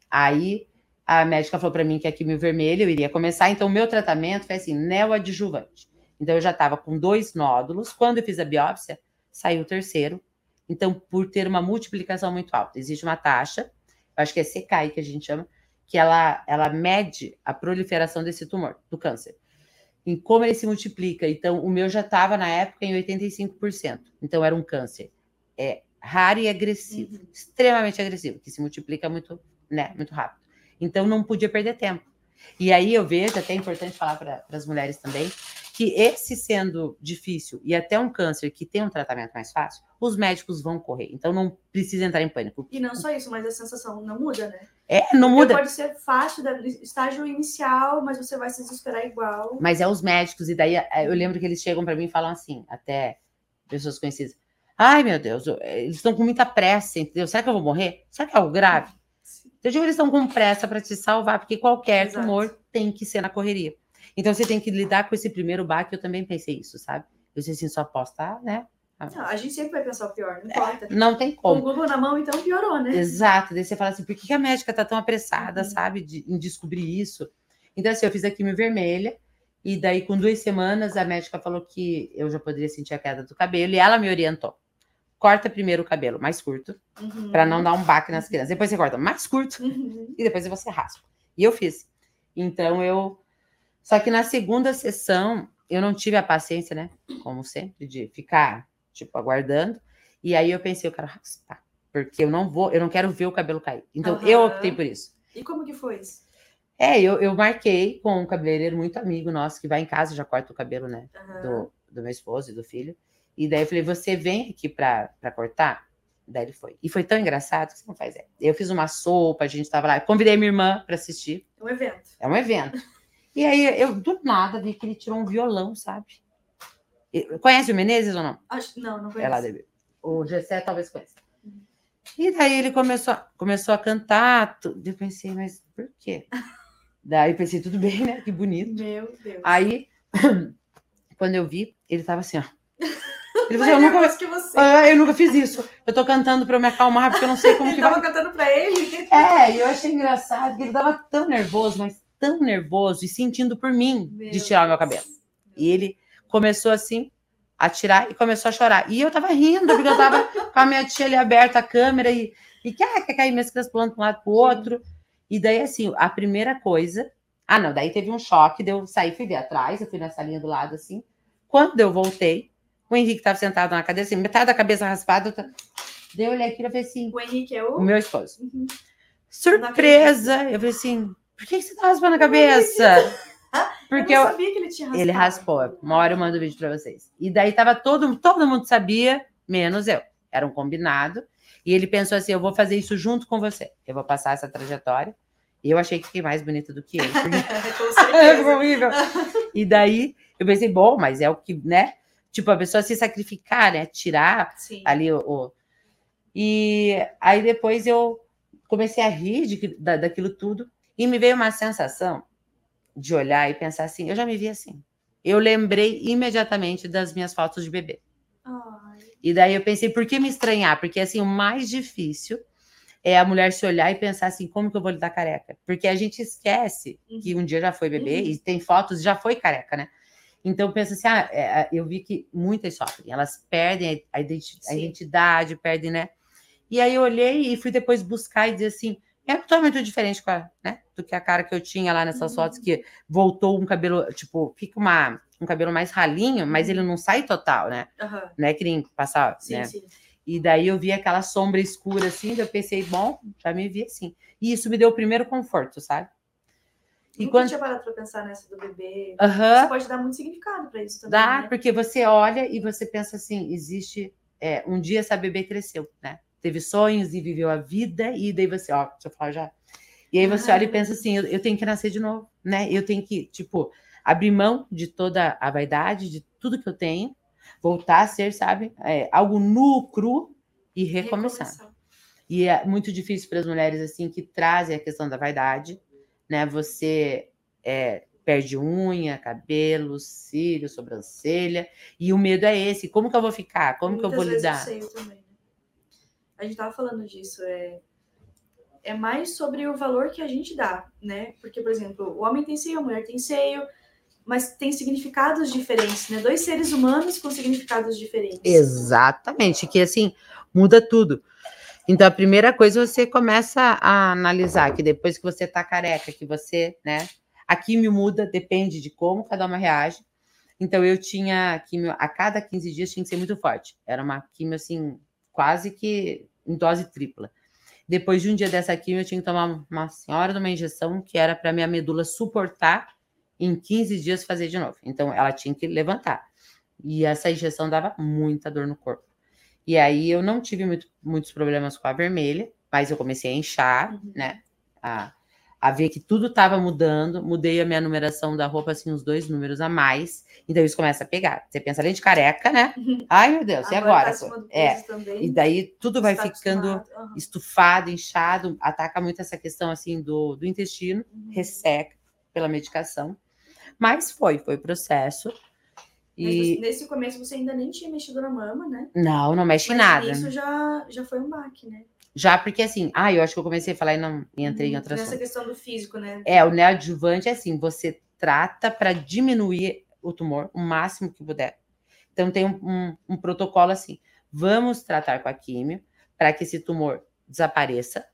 Aí a médica falou para mim que a químio vermelha eu iria começar, então o meu tratamento foi assim, neoadjuvante. Então eu já estava com dois nódulos. Quando eu fiz a biópsia, saiu o terceiro. Então, por ter uma multiplicação muito alta, existe uma taxa, eu acho que é C K I que a gente chama, que ela, ela mede a proliferação desse tumor, do câncer. Em como ele se multiplica. Então, o meu já estava, na época, em oitenta e cinco por cento. Então, era um câncer é, raro e agressivo. Uhum. Extremamente agressivo, que se multiplica muito, né, muito rápido. Então, não podia perder tempo. E aí, eu vejo, até é importante falar para as mulheres também, que esse sendo difícil e até um câncer que tem um tratamento mais fácil, os médicos vão correr. Então, não precisa entrar em pânico.
E não só isso, mas a sensação não muda, né?
É, não muda.
Pode ser fácil, estágio inicial, mas você vai se desesperar igual.
Mas é os médicos, e daí eu lembro que eles chegam para mim e falam assim, até pessoas conhecidas, ai meu Deus, eles estão com muita pressa, entendeu? Será que eu vou morrer? Será que é algo grave? Sim. Então, eu digo, eles estão com pressa para te salvar, porque qualquer
Exato.
tumor tem que ser na correria. Então, você tem que lidar com esse primeiro baque. Eu também pensei isso, sabe? Eu disse assim, só posso estar, né?
Não, a gente sempre vai pensar o pior, não importa.
Não tem
Com o
como.
Google na mão, então piorou, né?
Exato. Daí você fala assim, por que que a médica tá tão apressada,
Uhum.
sabe, de, em descobrir isso? Então, assim, eu fiz a quimio vermelha, e daí, com duas semanas, a médica falou que eu já poderia sentir a queda do cabelo, e ela me orientou. Corta primeiro o cabelo mais curto,
Uhum.
para não dar um baque nas crianças. Depois você corta mais curto,
Uhum.
e depois você raspa. E eu fiz. Então, eu... Só que na segunda sessão, eu não tive a paciência, né? Como sempre, de ficar, tipo, aguardando. E aí eu pensei, eu quero raspar. Porque eu não vou, eu não quero ver o cabelo cair. Então,
Aham.
eu optei por isso.
E como que foi isso?
É, eu, eu marquei com um cabeleireiro muito amigo nosso, que vai em casa, já corta o cabelo, né?
Aham.
Do, do meu esposo e do filho. E daí eu falei, você vem aqui pra, pra cortar? Daí ele foi. E foi tão engraçado que você não faz ideia. Eu fiz uma sopa, a gente tava lá. Eu convidei minha irmã pra assistir.
É um evento.
É um evento. E aí, eu do nada vi que ele tirou um violão, sabe? E- Conhece o Menezes ou não?
Acho... Não, não
É lá
conheço.
dele. O Gessé talvez conheça. E daí ele começou, começou a cantar. Tudo. Eu pensei, mas por quê? Daí eu pensei, tudo bem, né? Que bonito.
Meu Deus.
Aí, quando eu vi, ele tava assim, ó. Ele falou
Mais
assim, eu nunca,
nervoso que você.
ah, eu nunca fiz isso. Eu tô cantando pra eu me acalmar, porque eu não sei como
Ele
que
tava
vai.
cantando pra ele.
É, e eu achei engraçado que ele tava tão nervoso, mas tão nervoso e sentindo por mim
Meu
de tirar o meu
Deus.
cabelo. E ele começou assim a tirar e começou a chorar. E eu tava rindo, porque eu tava com a minha tia ali aberta a câmera e, e que quer cair minhas crianças pulando para um lado pro outro. E daí, assim, a primeira coisa. Ah, não, daí teve um choque, daí eu saí, fui ver atrás, eu fui na salinha do lado assim. Quando eu voltei, o Henrique tava sentado na cadeira, assim, metade da cabeça raspada. Eu... Daí eu olhei aqui e falei assim.
O Henrique é o.
O meu esposo.
Uhum.
Surpresa! Eu falei assim, por que você tá raspando a cabeça? Porque
eu não
eu...
sabia que ele tinha raspado.
Ele raspou. Uma hora eu mando o vídeo pra vocês. E daí tava todo, todo mundo sabia, menos eu. Era um combinado. E ele pensou assim, eu vou fazer isso junto com você. Eu vou passar essa trajetória. E eu achei que fiquei mais bonita do que ele. Porque...
Com certeza.
É horrível. E daí eu pensei, bom, mas é o que, né? Tipo, a pessoa se sacrificar, né? Tirar
Sim.
ali o, o... E aí depois eu comecei a rir de, da, daquilo tudo. E me veio uma sensação de olhar e pensar assim, eu já me vi assim. Eu lembrei imediatamente das minhas fotos de bebê.
Ai.
E daí eu pensei, por que me estranhar? Porque assim, o mais difícil é a mulher se olhar e pensar assim, como que eu vou lidar careca? Porque a gente esquece uhum. que um dia já foi bebê uhum. e tem fotos e já foi careca, né? Então pensa assim, ah, é, eu vi que muitas sofrem, elas perdem a, identi a identidade, perdem, né? E aí eu olhei e fui depois buscar e dizer assim, é totalmente diferente com a, né, do que a cara que eu tinha lá nessas uhum. fotos, que voltou um cabelo, tipo, fica uma, um cabelo mais ralinho, mas uhum. ele não sai total, né? Uhum. Não é que nem passar,
sim,
né?
Sim.
E daí eu vi aquela sombra escura assim, eu pensei, bom, já me vi assim. E isso me deu o primeiro conforto, sabe?
E quando tinha parado para pensar nessa do bebê,
uhum.
você pode dar muito significado para isso também,
Dá,
né?
porque você olha e você pensa assim, existe, é, um dia essa bebê cresceu, né? Teve sonhos e viveu a vida, e daí você, ó, deixa eu falar já. E aí você ah, olha e pensa assim, eu, eu tenho que nascer de novo, né? Eu tenho que, tipo, abrir mão de toda a vaidade, de tudo que eu tenho, voltar a ser, sabe, é, algo nu, cru e recomeçar. recomeçar. E é muito difícil para as mulheres, assim, que trazem a questão da vaidade, né? Você é, perde unha, cabelo, cílio, sobrancelha, e o medo é esse. Como que eu vou ficar? Como que eu vou lidar?
Muitas vezes eu sei também, né? A gente tava falando disso, é... é mais sobre o valor que a gente dá, né? Porque, por exemplo, o homem tem seio, a mulher tem seio, mas tem significados diferentes, né? Dois seres humanos com significados diferentes.
Exatamente, que assim, muda tudo. Então, a primeira coisa, você começa a analisar que depois que você tá careca, que você, né? A químio muda, depende de como cada uma reage. Então, eu tinha químio a cada quinze dias, tinha que ser muito forte. Era uma químio, assim, quase que em dose tripla. Depois de um dia dessa químio, eu tinha que tomar uma senhora de uma injeção que era para minha medula suportar em quinze dias fazer de novo. Então, ela tinha que levantar. E essa injeção dava muita dor no corpo. E aí, eu não tive muito, muitos problemas com a vermelha, mas eu comecei a inchar, uhum. né? A, a ver que tudo estava mudando, mudei a minha numeração da roupa, assim, uns dois números a mais, então isso começa a pegar. Você pensa, além de careca, né? Ai, meu Deus, e agora?
Tá
é,
também,
e daí tudo vai
tá
ficando
uhum.
estufado, inchado, ataca muito essa questão, assim, do, do intestino, uhum. resseca pela medicação, mas foi, foi processo.
Mas
e...
você, nesse começo você ainda nem tinha mexido na mama, né?
Não, não mexe em
mas
nada.
Isso já, já foi um baque, né?
Já porque assim, ah, eu acho que eu comecei a falar e não e entrei
uhum,
em outra
Nessa questão do físico, né?
É, o neoadjuvante é assim, você trata para diminuir o tumor o máximo que puder. Então tem um, um, um protocolo assim, vamos tratar com a químio para que esse tumor desapareça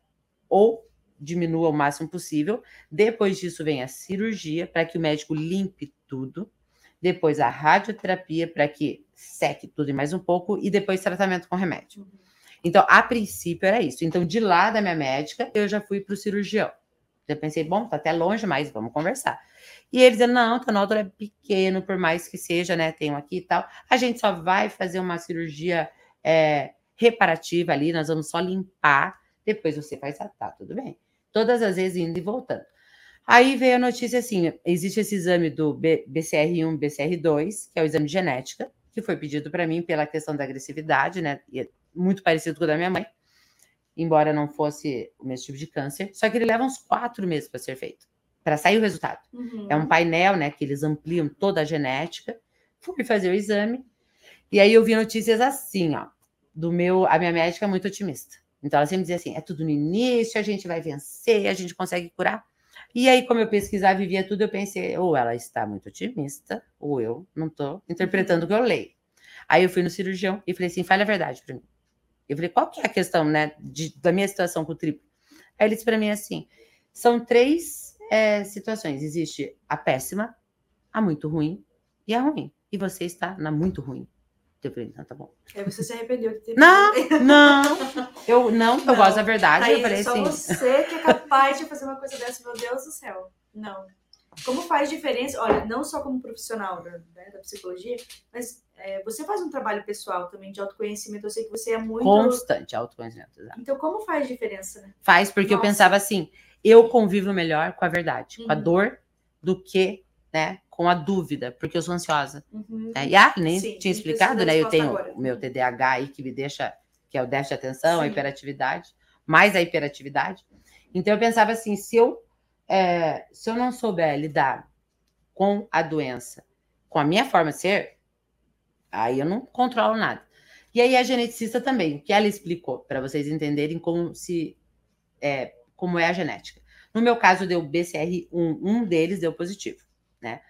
ou diminua o máximo possível. Depois disso vem a cirurgia para que o médico limpe tudo. Depois a radioterapia para que seque tudo e mais um pouco. E depois tratamento com remédio. Uhum. Então, a princípio era isso. Então, de lá da minha médica, eu já fui para o cirurgião. Eu pensei, bom, tá até longe, mas vamos conversar. E eles dizendo, não, teu nódulo é pequeno, por mais que seja, né, tem um aqui e tal. A gente só vai fazer uma cirurgia é, reparativa ali, nós vamos só limpar. Depois você faz, ah, tá, tudo bem. Todas as vezes indo e voltando. Aí veio a notícia assim, existe esse exame do B C R um, B C R dois, que é o exame de genética, que foi pedido para mim pela questão da agressividade, né, e muito parecido com o da minha mãe, embora não fosse o mesmo tipo de câncer, só que ele leva uns quatro meses para ser feito, para sair o resultado. Uhum. É um painel, né, que eles ampliam toda a genética. Fui fazer o exame, e aí eu vi notícias assim, ó, do meu, a minha médica é muito otimista. Então ela sempre dizia assim, é tudo no início, a gente vai vencer, a gente consegue curar. E aí, como eu pesquisava e via tudo, eu pensei, ou ela está muito otimista, ou eu não estou interpretando o que eu leio. Aí eu fui no cirurgião e falei assim, fale a verdade para mim. Eu falei, qual que é a questão, né, de, da minha situação com o triplo? Aí ele disse para mim assim, são três é, situações. Existe a péssima, a muito ruim e a ruim. E você está na muito ruim. Eu falei, então tá bom.
Aí você se arrependeu de ter
Não, não. Eu não, eu não, gosto da verdade.
Aí
eu falei
só
assim.
Você que é capaz de fazer uma coisa dessa, meu Deus do céu. Não. Como faz diferença, olha, não só como profissional da, né, da psicologia, mas é, você faz um trabalho pessoal também de autoconhecimento. Eu sei que você é muito...
Constante autoconhecimento, exato.
Então, como faz diferença, né?
Faz, porque Nossa. eu pensava assim, eu convivo melhor com a verdade, uhum. com a dor, do que, né, com a dúvida, porque eu sou ansiosa. Uhum. Né? E ah, nem Sim, tinha explicado, né? Eu tenho agora. o meu T D A H aí que me deixa, que é o déficit de atenção, Sim. a hiperatividade, mais a hiperatividade. Então, eu pensava assim, se eu É, se eu não souber lidar com a doença, com a minha forma de ser, aí eu não controlo nada. E aí a geneticista também, o que ela explicou, para vocês entenderem como, se, é, como é a genética. No meu caso, deu B C R um, um deles deu positivo, né?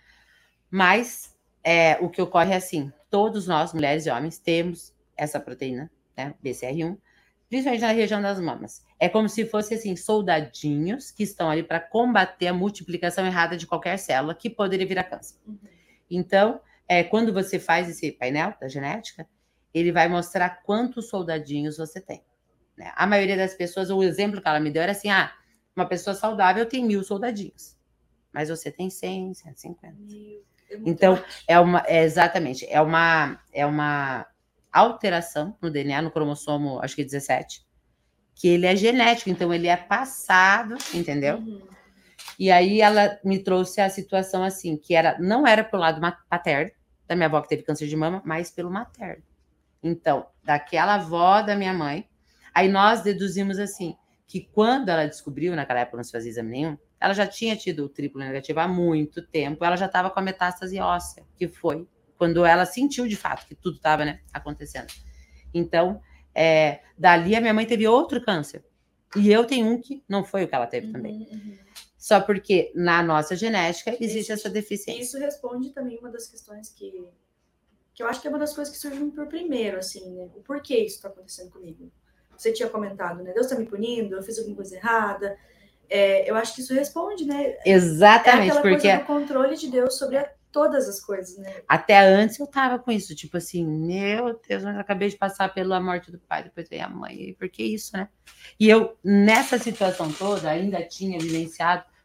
Mas é, o que ocorre é assim, todos nós, mulheres e homens, temos essa proteína, né, B C R um, principalmente na região das mamas. É como se fossem assim, soldadinhos que estão ali para combater a multiplicação errada de qualquer célula que poderia virar câncer. Uhum. Então, é, quando você faz esse painel da genética, ele vai mostrar quantos soldadinhos você tem. Né? A maioria das pessoas, o exemplo que ela me deu era assim, ah, uma pessoa saudável tem mil soldadinhos, mas você tem cem, cento e cinquenta. Mil. Então, é uma, é exatamente, é uma, é uma alteração no D N A, no cromossomo, acho que dezessete, que ele é genético, então ele é passado, entendeu? Uhum. E aí ela me trouxe a situação assim, que era, não era pro lado paterno, da minha avó que teve câncer de mama, mas pelo materno. Então, daquela avó da minha mãe, aí nós deduzimos assim, que quando ela descobriu, naquela época não se fazia exame nenhum, ela já tinha tido o triplo negativo há muito tempo, ela já estava com a metástase óssea, que foi quando ela sentiu de fato que tudo estava, né, acontecendo. Então, é, dali a minha mãe teve outro câncer. E eu tenho um que não foi o que ela teve uhum, também. Uhum. Só porque na nossa genética existe isso, essa deficiência.
Isso responde também uma das questões que, que eu acho que é uma das coisas que surgiu por primeiro, assim, né? O porquê isso está acontecendo comigo. Você tinha comentado, né? Deus está me punindo, eu fiz alguma coisa errada. É, eu acho que isso responde, né?
Exatamente,
é aquela
porque
coisa do controle de Deus sobre a, todas as coisas, né?
Até antes eu tava com isso, tipo assim, meu Deus, mas eu acabei de passar pela morte do pai, depois veio a mãe, por que isso, né? E eu, nessa situação toda, ainda tinha vivenciado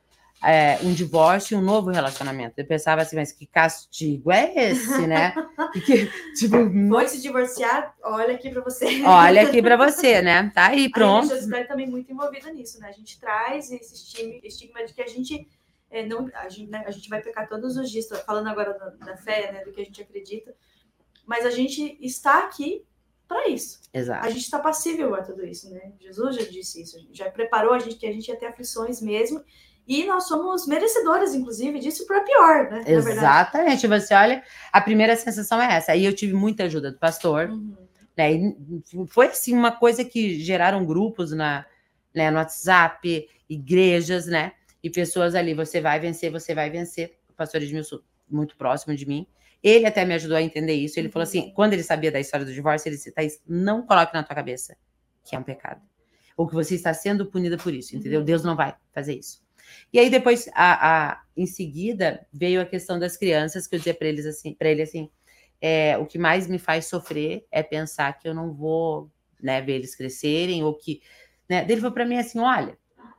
é, um divórcio e um novo relacionamento. Eu pensava assim, mas que castigo é esse, né? E que, tipo,
foi se divorciar, olha aqui para você.
Olha aqui para você, né? Tá aí, pronto.
A religiosidade também muito envolvida nisso, né? A gente traz esse estigma, estigma de que a gente, é, não, a gente, né, a gente vai pecar todos os dias, falando agora da, da fé, né, do que a gente acredita, mas a gente está aqui para isso.
Exato.
A gente está passível a tudo isso, né? Jesus já disse isso, já preparou a gente que a gente ia ter aflições mesmo, e nós somos merecedores, inclusive, disso para pior, né?
Exatamente. Você olha, a primeira sensação é essa. Aí eu tive muita ajuda do pastor. Uhum. Né? E foi assim uma coisa que geraram grupos na, né, no WhatsApp, igrejas, né? E pessoas ali, você vai vencer, você vai vencer. O pastor Edmilson, muito próximo de mim. Ele até me ajudou a entender isso. Ele uhum. falou assim, quando ele sabia da história do divórcio, ele disse, Thaís, não coloque na tua cabeça que é um pecado. Ou que você está sendo punida por isso, entendeu? Uhum. Deus não vai fazer isso. E aí depois, a, a, em seguida, veio a questão das crianças, que eu dizia para eles assim, para ele assim, é, o que mais me faz sofrer é pensar que eu não vou, né, ver eles crescerem, ou que, né, ele falou para mim assim, olha,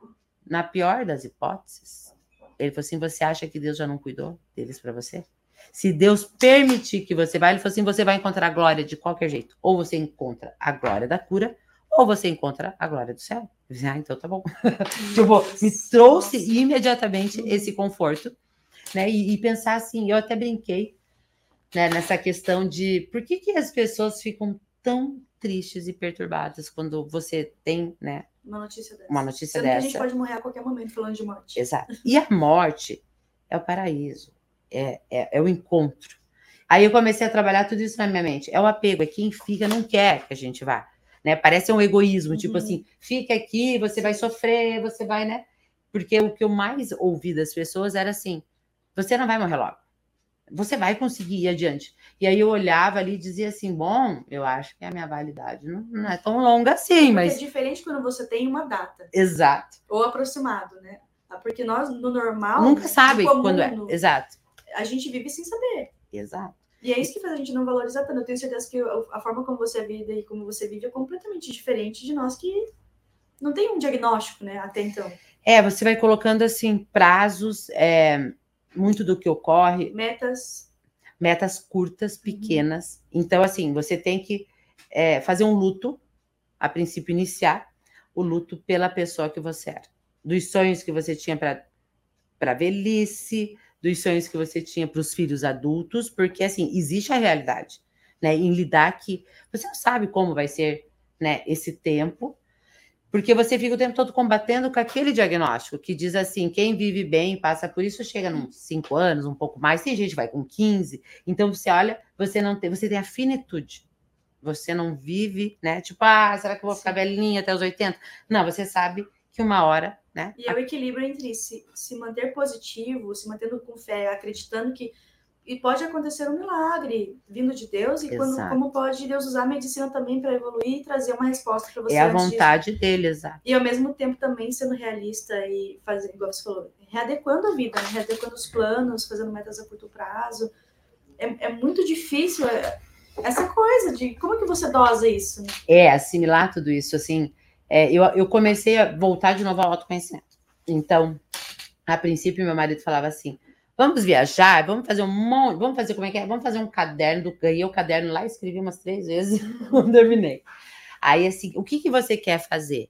na pior das hipóteses, ele falou assim, você acha que Deus já não cuidou deles para você? Se Deus permitir que você vá, ele falou assim, você vai encontrar a glória de qualquer jeito, ou você encontra a glória da cura, ou você encontra a glória do céu. Eu disse, ah, então tá bom. Tipo, me trouxe Nossa. imediatamente uhum. esse conforto, né? E, e pensar assim, eu até brinquei, né, nessa questão de por que, que as pessoas ficam tão tristes e perturbadas quando você tem, né,
uma notícia dessa.
Uma notícia
Sendo
dessa.
que a gente pode morrer a qualquer momento falando de morte.
Exato. E a morte é o paraíso, é, é, é o encontro. Aí eu comecei a trabalhar tudo isso na minha mente. É o apego, é quem fica, não quer que a gente vá. Né? Parece um egoísmo, uhum. tipo assim, fica aqui, você vai sofrer, você vai, né? Porque o que eu mais ouvi das pessoas era assim, você não vai morrer logo, você vai conseguir ir adiante. E aí eu olhava ali e dizia assim, bom, eu acho que a minha validade não, não é tão longa assim, mas...
É diferente quando você tem uma data.
Exato.
Ou aproximado, né? Porque nós, no normal...
Nunca
né,
sabe
comum,
quando é, exato.
A gente vive sem saber.
Exato.
E é isso que faz a gente não valorizar tanto. Eu tenho certeza que a forma como você vive e como você vive é completamente diferente de nós que não tem um diagnóstico, né, até então.
É, você vai colocando, assim, prazos, é, muito do que ocorre.
Metas.
Metas curtas, pequenas. Uhum. Então, assim, você tem que é, fazer um luto, a princípio iniciar o luto pela pessoa que você era. Dos sonhos que você tinha para a velhice, dos sonhos que você tinha para os filhos adultos, porque, assim, existe a realidade, né, em lidar que você não sabe como vai ser, né, esse tempo, porque você fica o tempo todo combatendo com aquele diagnóstico que diz assim, quem vive bem passa por isso, chega nos cinco anos, um pouco mais, tem gente que vai com quinze, então você olha, você não tem, você tem a finitude, você não vive, né, tipo, ah, será que eu vou ficar velhinha até os oitenta? Não, você sabe que uma hora, né?
E é o equilíbrio entre se, se manter positivo, se mantendo com fé, acreditando que e pode acontecer um milagre vindo de Deus, e quando, como pode Deus usar a medicina também para evoluir e trazer uma resposta para você.
É a vontade de... dele, exato.
E ao mesmo tempo também sendo realista e fazendo, igual você falou, readequando a vida, né? Readequando os planos, fazendo metas a curto prazo. É, é muito difícil essa coisa de como que você dosa isso, né?
É, assimilar tudo isso, assim. É, eu, eu comecei a voltar de novo ao autoconhecimento. Então, a princípio, meu marido falava assim, vamos viajar, vamos fazer um monte, vamos fazer como é que é? Vamos fazer um caderno, ganhei o caderno lá, escrevi umas três vezes, não terminei. Aí, assim, o que, que você quer fazer?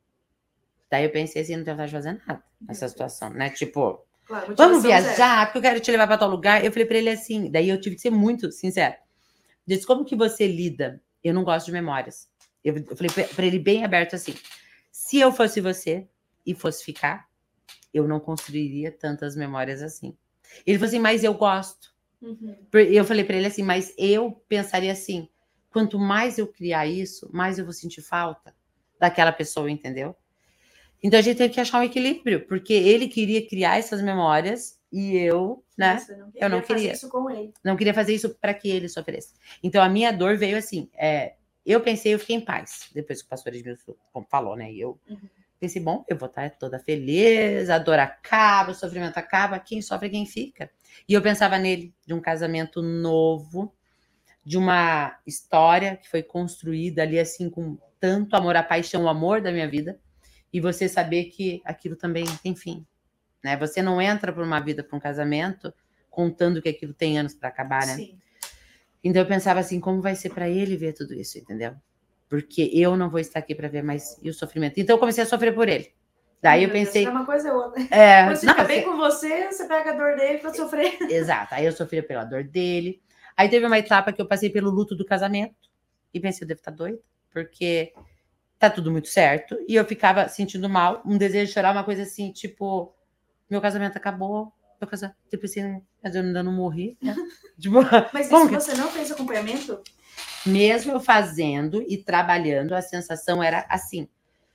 Daí eu pensei assim, não tenho vontade de fazer nada nessa situação, né? Tipo, claro, vamos viajar, é. porque eu quero te levar para tal lugar. Eu falei para ele assim, daí eu tive que ser muito sincera. Disse, como que você lida? Eu não gosto de memórias. Eu, eu falei para ele bem aberto assim, se eu fosse você e fosse ficar, eu não construiria tantas memórias assim. Ele falou assim, mas eu gosto. Uhum. Eu falei para ele assim, mas eu pensaria assim, quanto mais eu criar isso, mais eu vou sentir falta daquela pessoa, entendeu? Então a gente tem que achar um equilíbrio, porque ele queria criar essas memórias e eu, né?
Não
eu não queria
fazer isso com ele.
Não queria fazer isso para que ele sofresse. Então a minha dor veio assim, é, eu pensei, eu fiquei em paz, depois que o pastor Edmilson falou, né? E eu uhum. pensei, bom, eu vou estar toda feliz, a dor acaba, o sofrimento acaba, quem sofre é quem fica. E eu pensava nele, de um casamento novo, de uma história que foi construída ali assim com tanto amor, a paixão, o amor da minha vida, e você saber que aquilo também tem fim, né? Você não entra para uma vida, para um casamento, contando que aquilo tem anos para acabar, né?
Sim.
Então eu pensava assim, como vai ser para ele ver tudo isso, entendeu? Porque eu não vou estar aqui para ver mais e o sofrimento. Então eu comecei a sofrer por ele. Daí
Meu
eu pensei...
Deus, é uma coisa ou outra.
É,
Quando você
não,
fica bem
você...
com você, você pega a dor dele para sofrer.
Exato. Aí eu sofria pela dor dele. Aí teve uma etapa que eu passei pelo luto do casamento. E pensei, eu devo estar doida. Porque tá tudo muito certo. E eu ficava sentindo mal. Um desejo de chorar, uma coisa assim, tipo... Meu casamento acabou. Meu casamento... Tipo assim, mas eu ainda não morri, né? Tipo,
mas
como
isso
que...
você não fez acompanhamento?
Mesmo eu fazendo e trabalhando, a sensação era assim...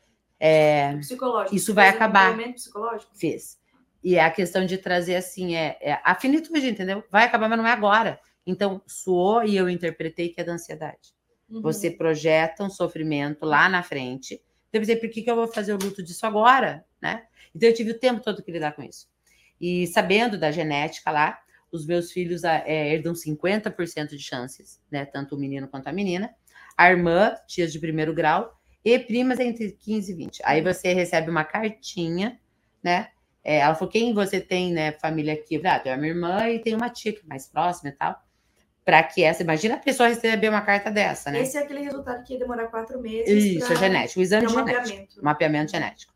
É,
psicológico.
Isso vai acabar.
Acompanhamento psicológico?
Fez. E é a questão de trazer assim, é, é a finitude, entendeu? Vai acabar, mas não é agora. Então, soou e eu interpretei que é da ansiedade. Uhum. Você projeta um sofrimento lá na frente. Então, eu pensei, por que, que eu vou fazer o luto disso agora? Né? Então, eu tive o tempo todo que lidar com isso. E sabendo da genética lá, os meus filhos é, herdam cinquenta por cento de chances, né? Tanto o menino quanto a menina. A irmã, tias de primeiro grau, e primas entre quinze e vinte. Aí você recebe uma cartinha, né? É, ela falou, quem você tem, né, família aqui? Ah, tem a minha irmã e tem uma tia que é mais próxima e tal. Para que essa... Imagina a pessoa receber uma carta dessa, né?
Esse é aquele resultado que ia demorar quatro meses.
Isso,
pra...
é genético. O exame
é um
genético.
Mapeamento.
Mapeamento genético.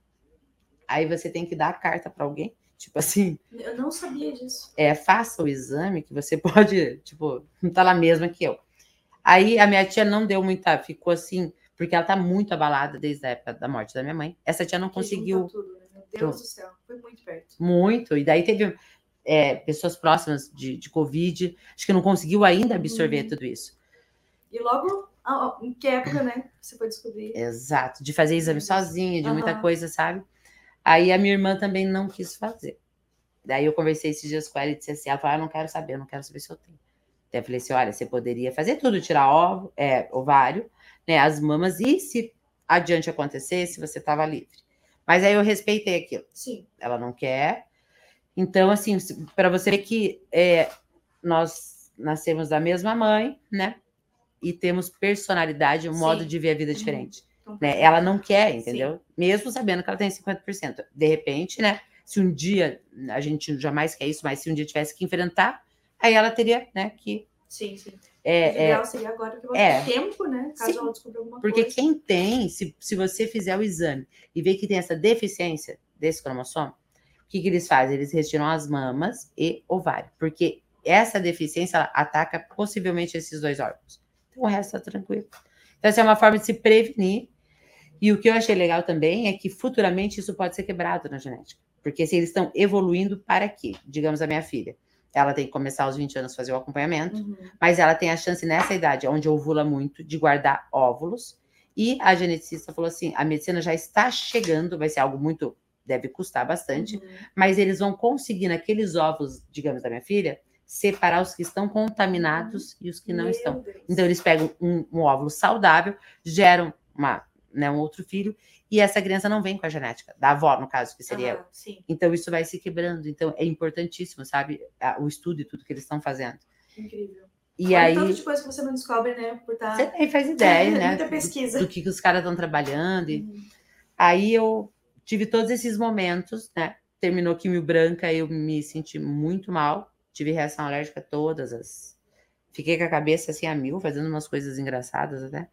Aí você tem que dar a carta para alguém. Tipo assim...
Eu não sabia disso.
É, faça o exame que você pode... Tipo, não tá lá mesma que eu. Aí a minha tia não deu muita... Ficou assim... Porque ela tá muito abalada desde a época da morte da minha mãe. Essa tia não
que
conseguiu...
Tudo, né? Meu Deus do céu, foi muito perto.
Muito. E daí teve é, pessoas próximas de, de Covid, acho que não conseguiu ainda absorver uhum. tudo isso.
E logo, em que época, né? Você foi descobrir.
Exato. De fazer exame sozinha, de uhum. muita coisa, sabe? Aí a minha irmã também não quis fazer. Daí eu conversei esses dias com ela e disse assim, ela falou, ah, eu não quero saber, eu não quero saber se eu tenho. Daí eu falei assim, olha, você poderia fazer tudo, tirar ovo, é, ovário, né, as mamas, e se adiante acontecesse, você estava livre. Mas aí eu respeitei aquilo.
Sim.
Ela não quer. Então, assim, para você ver que é, nós nascemos da mesma mãe, né? E temos personalidade, um Sim. modo de ver a vida diferente. Uhum. Né? Ela não quer, entendeu? Sim. Mesmo sabendo que ela tem cinquenta por cento. De repente, né? Se um dia, a gente jamais quer isso, mas se um dia tivesse que enfrentar, aí ela teria, né, que...
Sim, sim.
É,
o ideal é, seria agora que você
é,
tem tempo, né? Caso
sim,
ela descubra alguma
porque
coisa.
Porque quem tem, se, se você fizer o exame e ver que tem essa deficiência desse cromossomo, o que, que eles fazem? Eles retiram as mamas e ovário, porque essa deficiência ela ataca possivelmente esses dois órgãos. Então o resto está tranquilo. Então essa é uma forma de se prevenir. E o que eu achei legal também é que futuramente isso pode ser quebrado na genética. Porque se eles estão evoluindo para quê? Digamos a minha filha, ela tem que começar aos vinte anos a fazer o acompanhamento, uhum. mas ela tem a chance nessa idade, onde ovula muito, de guardar óvulos. E a geneticista falou assim, a medicina já está chegando, vai ser algo muito, deve custar bastante, uhum. mas eles vão conseguir naqueles óvulos, digamos da minha filha, separar os que estão contaminados uhum. e os que não Meu estão. Deus. Então eles pegam um, um óvulo saudável, geram uma... Né, um outro filho, e essa criança não vem com a genética, da avó, no caso, que seria
uhum,
eu.
Sim.
Então, isso vai se quebrando. Então, é importantíssimo, sabe? O estudo e tudo que eles estão fazendo.
Incrível.
E
Olha
aí...
tanto de coisa que você não descobre, né? Por tá...
Você nem faz ideia, né?
Muita pesquisa.
Do, do que, que os caras estão trabalhando. E...
Uhum.
Aí, eu tive todos esses momentos, né? Terminou quimio branca, eu me senti muito mal. Tive reação alérgica todas as... Fiquei com a cabeça, assim, a mil, fazendo umas coisas engraçadas, até.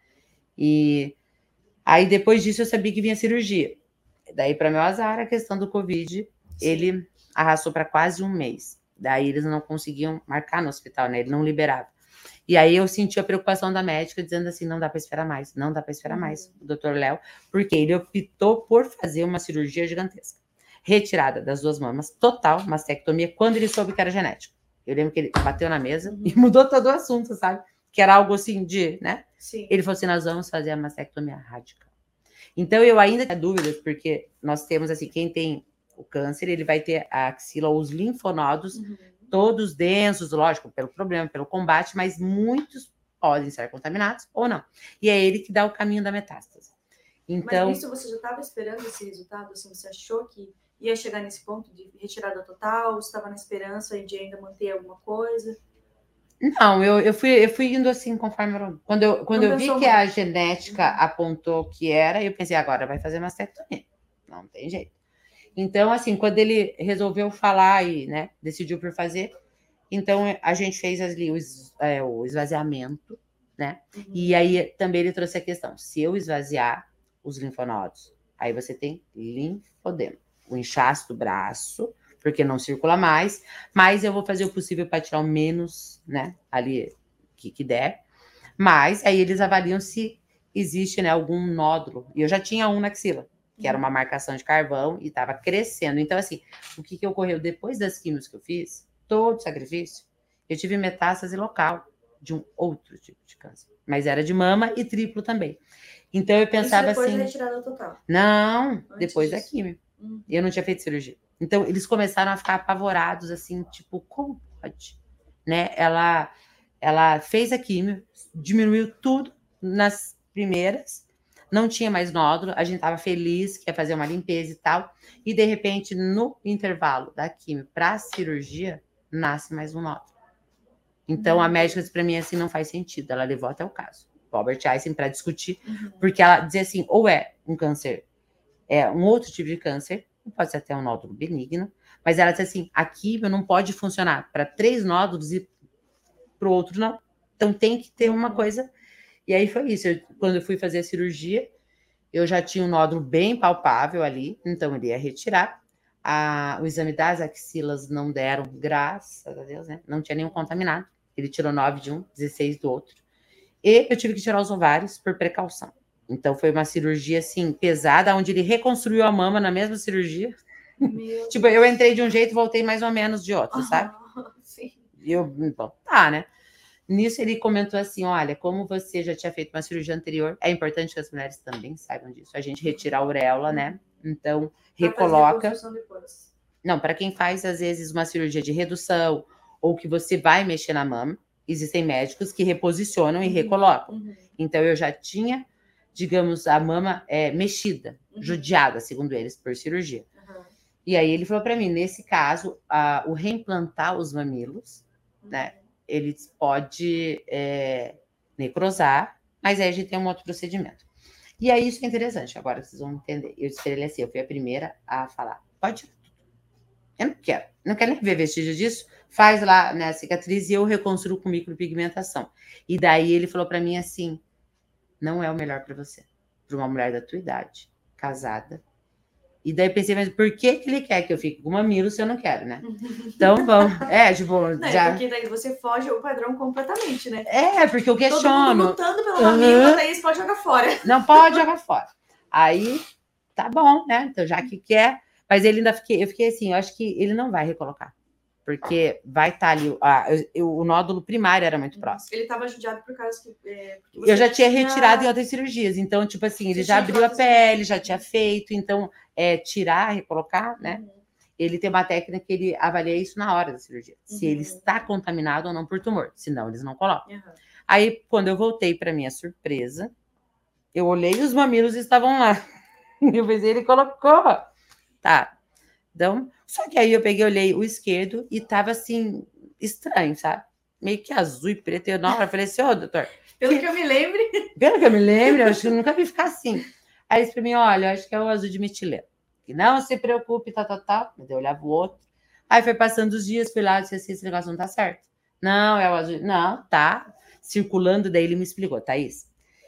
E... Aí, depois disso, eu sabia que vinha cirurgia. Daí, para meu azar, a questão do Covid, Sim. ele arrastou para quase um mês. Daí, eles não conseguiam marcar no hospital, né? Ele não liberava. E aí, eu senti a preocupação da médica, dizendo assim, não dá para esperar mais, não dá para esperar uhum. mais, o doutor Léo, porque ele optou por fazer uma cirurgia gigantesca. Retirada das duas mamas, total, mastectomia, quando ele soube que era genético. Eu lembro que ele bateu na mesa uhum. e mudou todo o assunto, sabe? Que era algo assim de, né?
Sim.
Ele falou assim, nós vamos fazer a mastectomia radical. Então, eu ainda tenho dúvidas, porque nós temos, assim, quem tem o câncer, ele vai ter a axila ou os linfonodos, uhum. todos densos, lógico, pelo problema, pelo combate, mas muitos podem ser contaminados ou não. E é ele que dá o caminho da metástase. Então,
mas isso você já estava esperando esse resultado? Assim, você achou que ia chegar nesse ponto de retirada total? Você estava na esperança de ainda manter alguma coisa?
Não, eu, eu, fui, eu fui indo assim conforme... Eu, quando eu, quando eu vi que muito. a genética uhum. apontou que era, eu pensei, agora vai fazer mastectomia. Não tem jeito. Então, assim, quando ele resolveu falar e, né, decidiu por fazer, então a gente fez ali o, es- é, o esvaziamento, né?
Uhum.
E aí também ele trouxe a questão: se eu esvaziar os linfonodos, aí você tem linfodema, o inchaço do braço, porque não circula mais, mas eu vou fazer o possível para tirar o menos, né, ali que, que der. Mas aí eles avaliam se existe, né, algum nódulo. E eu já tinha um na axila, que era uma marcação de carvão e estava crescendo. Então, assim, o que, que ocorreu depois das químicas que eu fiz, todo sacrifício, eu tive metástase local de um outro tipo de câncer. Mas era de mama e triplo também. Então eu pensava
Isso depois
assim...
da retirada total?
Não,
Antes
depois
disso.
da química.
Uhum.
Eu não tinha feito cirurgia. Então eles começaram a ficar apavorados, assim, tipo, como pode? Né? Ela, ela fez a química, diminuiu tudo nas primeiras, não tinha mais nódulo, a gente estava feliz que ia fazer uma limpeza e tal, e de repente, no intervalo da química para a cirurgia, nasce mais um nódulo. Então, a médica disse para mim assim, não faz sentido. Ela levou até o caso, o Albert Einstein, para discutir,
Uhum.
porque ela dizia assim, ou é um câncer, é um outro tipo de câncer, pode ser até um nódulo benigno, mas ela disse assim, a químio não pode funcionar para três nódulos e para o outro não. Então, tem que ter uma coisa. E aí foi isso. Eu, quando eu fui fazer a cirurgia, eu já tinha um nódulo bem palpável ali, então ele ia retirar. A, o exame das axilas não deram, graças a Deus, né? Não tinha nenhum contaminado. Ele tirou nove de um, dezesseis do outro. E eu tive que tirar os ovários por precaução. Então foi uma cirurgia, assim, pesada, onde ele reconstruiu a mama na mesma cirurgia.
Meu
Tipo, eu entrei de um jeito e voltei mais ou menos de outro,
Ah,
sabe?
sim.
E eu, bom, tá, né? Nisso ele comentou assim, olha, como você já tinha feito uma cirurgia anterior, é importante que as mulheres também saibam disso. A gente retira a auréola, né? Então,
Pra fazer a
recoloca.
reconstrução depois.
Não, para quem faz, às vezes, uma cirurgia de redução ou que você vai mexer na mama, existem médicos que reposicionam e
Uhum,
recolocam.
uhum,
Então, eu já tinha, digamos, a mama é, mexida,
Uhum.
judiada, segundo eles, por cirurgia.
uhum,
E aí ele falou para mim, nesse caso, a, o reimplantar os mamilos, né? Ele pode é, necrosar, mas aí a gente tem um outro procedimento. E aí isso é interessante, agora vocês vão entender. Eu disse para ele assim, eu fui a primeira a falar, pode tirar tudo. Eu não quero, não quero nem ver vestígio disso, faz lá, né, a cicatriz e eu reconstruo com micropigmentação. E daí ele falou para mim assim, não é o melhor para você, para uma mulher da tua idade, casada. E daí pensei, mas por que, que ele quer que eu fique com mamilo se eu não quero, né? Então, vamos. É, tipo,
Não,
já...
é porque daí você foge ao padrão completamente, né?
É, porque eu questiono.
Todo mundo lutando pelo mamilo,
Uhum.
a Thaís pode jogar fora.
Não pode jogar fora. Aí, tá bom, né? Então, já que quer. Mas ele ainda fiquei, eu fiquei assim, eu acho que ele não vai recolocar. Porque vai estar ali. Ah, eu, eu, o nódulo primário era muito próximo.
Ele estava judiado por causa que. É,
eu já tinha retirado em outras cirurgias. Então, tipo assim, ele
Você
já
tinha
abriu a
prótese.
pele, já tinha feito. Então, é, tirar, recolocar, né?
Uhum.
Ele tem uma técnica que ele avalia isso na hora da cirurgia. Se
Uhum.
ele está contaminado ou não por tumor. Senão, eles não colocam.
Uhum.
Aí, quando eu voltei para minha surpresa, eu olhei e os mamilos estavam lá. Eu pensei, ele colocou. Tá. Então, só que aí eu peguei, olhei o esquerdo e tava assim, estranho, sabe? Meio que azul e preto. Eu na hora falei assim, ô, oh, doutor.
Pelo
que...
que eu me lembre.
Pelo que eu me lembro, eu acho que eu nunca vi ficar assim. Aí ele disse pra mim, olha, eu acho que é o azul de metileno. Que não se preocupe, tal, tal, tal. Mas eu olhava o outro. Aí foi passando os dias, fui lá e disse assim, esse negócio não tá certo. Não, é o azul. Não, tá. Circulando, daí ele me explicou, Thaís.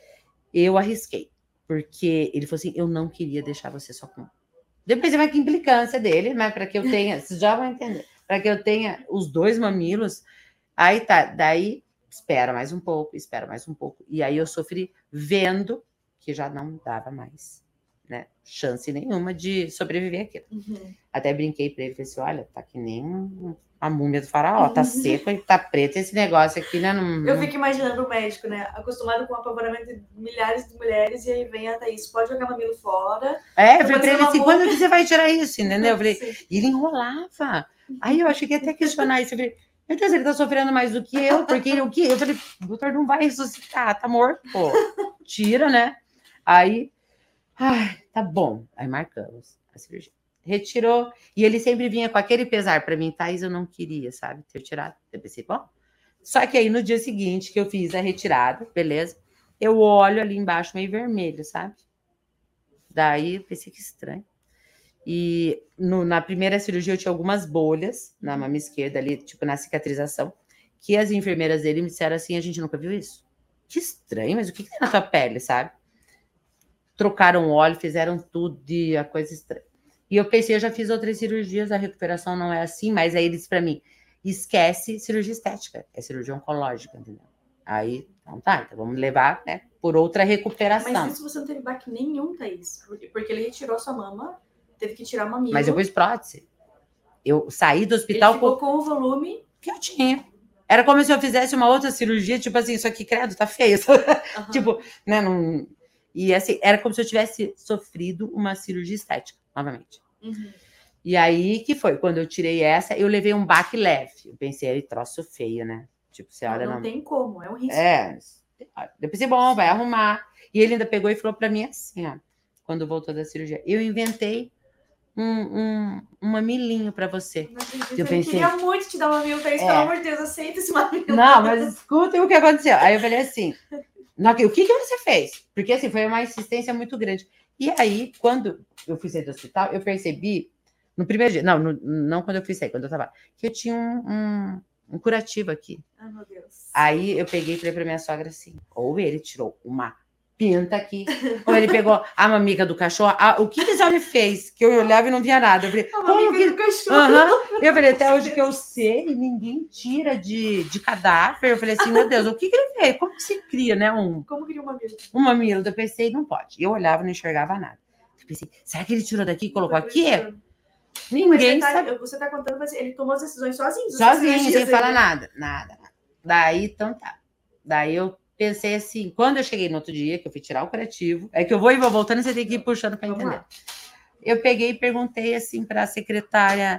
Eu arrisquei. Porque ele falou assim, eu não queria deixar você só com... Depois você vai que implicância dele, mas para que eu tenha, vocês já vão entender, para que eu tenha os dois mamilos, aí tá, daí espera mais um pouco, espera mais um pouco. E aí eu sofri vendo que já não dava mais, né, chance nenhuma de sobreviver aquilo.
Uhum.
Até brinquei para ele, falei assim, olha, tá que nem a múmia do faraó, tá seco e tá preto esse negócio aqui, né? Não,
eu fico imaginando o médico, né? Acostumado com o apavoramento de milhares de mulheres, e aí vem a Thaís, pode jogar mamilo fora.
É, eu falei pra ele assim, quando que você vai tirar isso, entendeu? Eu falei,
Sim.
e ele enrolava. Aí eu achei que ia até questionar isso. Eu falei, meu Deus, ele tá sofrendo mais do que eu, porque ele, o que? Eu falei, doutor, não vai ressuscitar, tá morto, pô. Tira, né? Aí, ai, tá bom. Aí marcamos a cirurgia. Retirou, e ele sempre vinha com aquele pesar pra mim, Thaís, eu não queria, sabe, ter tirado. Eu pensei, bom. Só que aí no dia seguinte que eu fiz a retirada, beleza? Eu olho ali embaixo meio vermelho, sabe? Daí eu pensei que estranho. E no, na primeira cirurgia eu tinha algumas bolhas na mama esquerda ali, tipo na cicatrização, que as enfermeiras dele me disseram assim, a gente nunca viu isso. Que estranho, mas o que, que tem na tua pele, sabe? Trocaram óleo, fizeram tudo e a coisa estranha. E eu pensei, eu já fiz outras cirurgias, a recuperação não é assim, mas aí ele disse pra mim, esquece cirurgia estética, é cirurgia oncológica, entendeu? Aí, então tá, então vamos levar, né, por outra recuperação.
Mas isso você não teve baque nenhum, Thaís, porque, porque ele retirou sua mama, teve que tirar o mamilo.
Mas eu pus prótese. Eu saí do hospital...
Ele ficou com... com o volume...
que eu tinha. Era como se eu fizesse uma outra cirurgia, tipo assim, isso aqui, credo, tá feio. Uhum. Tipo, né, não... E assim, era como se eu tivesse sofrido uma cirurgia estética, novamente.
Uhum.
E aí, que foi? Quando eu tirei essa, eu levei um baque leve. Eu pensei, aí, troço feio, né? Tipo, você olha...
Não, não tem como, é um risco.
É, eu pensei, bom, vai arrumar. E ele ainda pegou e falou pra mim assim, ó, quando voltou da cirurgia, eu inventei um, um, um mamilinho pra você.
Eu, eu pensei, queria muito te dar um mamilo, Thaís, é. Pelo amor de Deus, aceita esse mamilo.
Não, mas escuta o que aconteceu. Aí eu falei assim, não, o que, que você fez? Porque assim, foi uma insistência muito grande. E aí, quando eu fui sair do hospital, eu percebi, no primeiro dia, não, no, não quando eu fui sair, quando eu tava, que eu tinha um, um, um curativo aqui.
Ai, meu Deus.
Aí eu peguei e falei pra minha sogra assim, ou ele tirou uma pinta aqui, ou ele pegou a mamica do cachorro. Ah, o que esse homem fez? Que eu olhava e não via nada. Eu falei,
a como que... do cachorro.
Uhum. Eu falei, até hoje que eu sei, ninguém tira de, de cadáver. Eu falei assim, meu Deus, o que, que ele fez? Como que se cria, né? Um,
como cria um mamilo?
Um mamilo. Eu pensei, não pode. Eu olhava e não enxergava nada. Eu pensei, será que ele tirou daqui e colocou aqui? Ninguém
mas você
sabe.
tá, você tá contando, mas ele tomou as decisões sozinho.
Sozinho, sem falar nada. Nada. Daí, então tá. Daí eu pensei assim, quando eu cheguei no outro dia, que eu fui tirar o curativo, é que eu vou e vou voltando, você tem que ir puxando para entender. Eu peguei e perguntei assim para a secretária,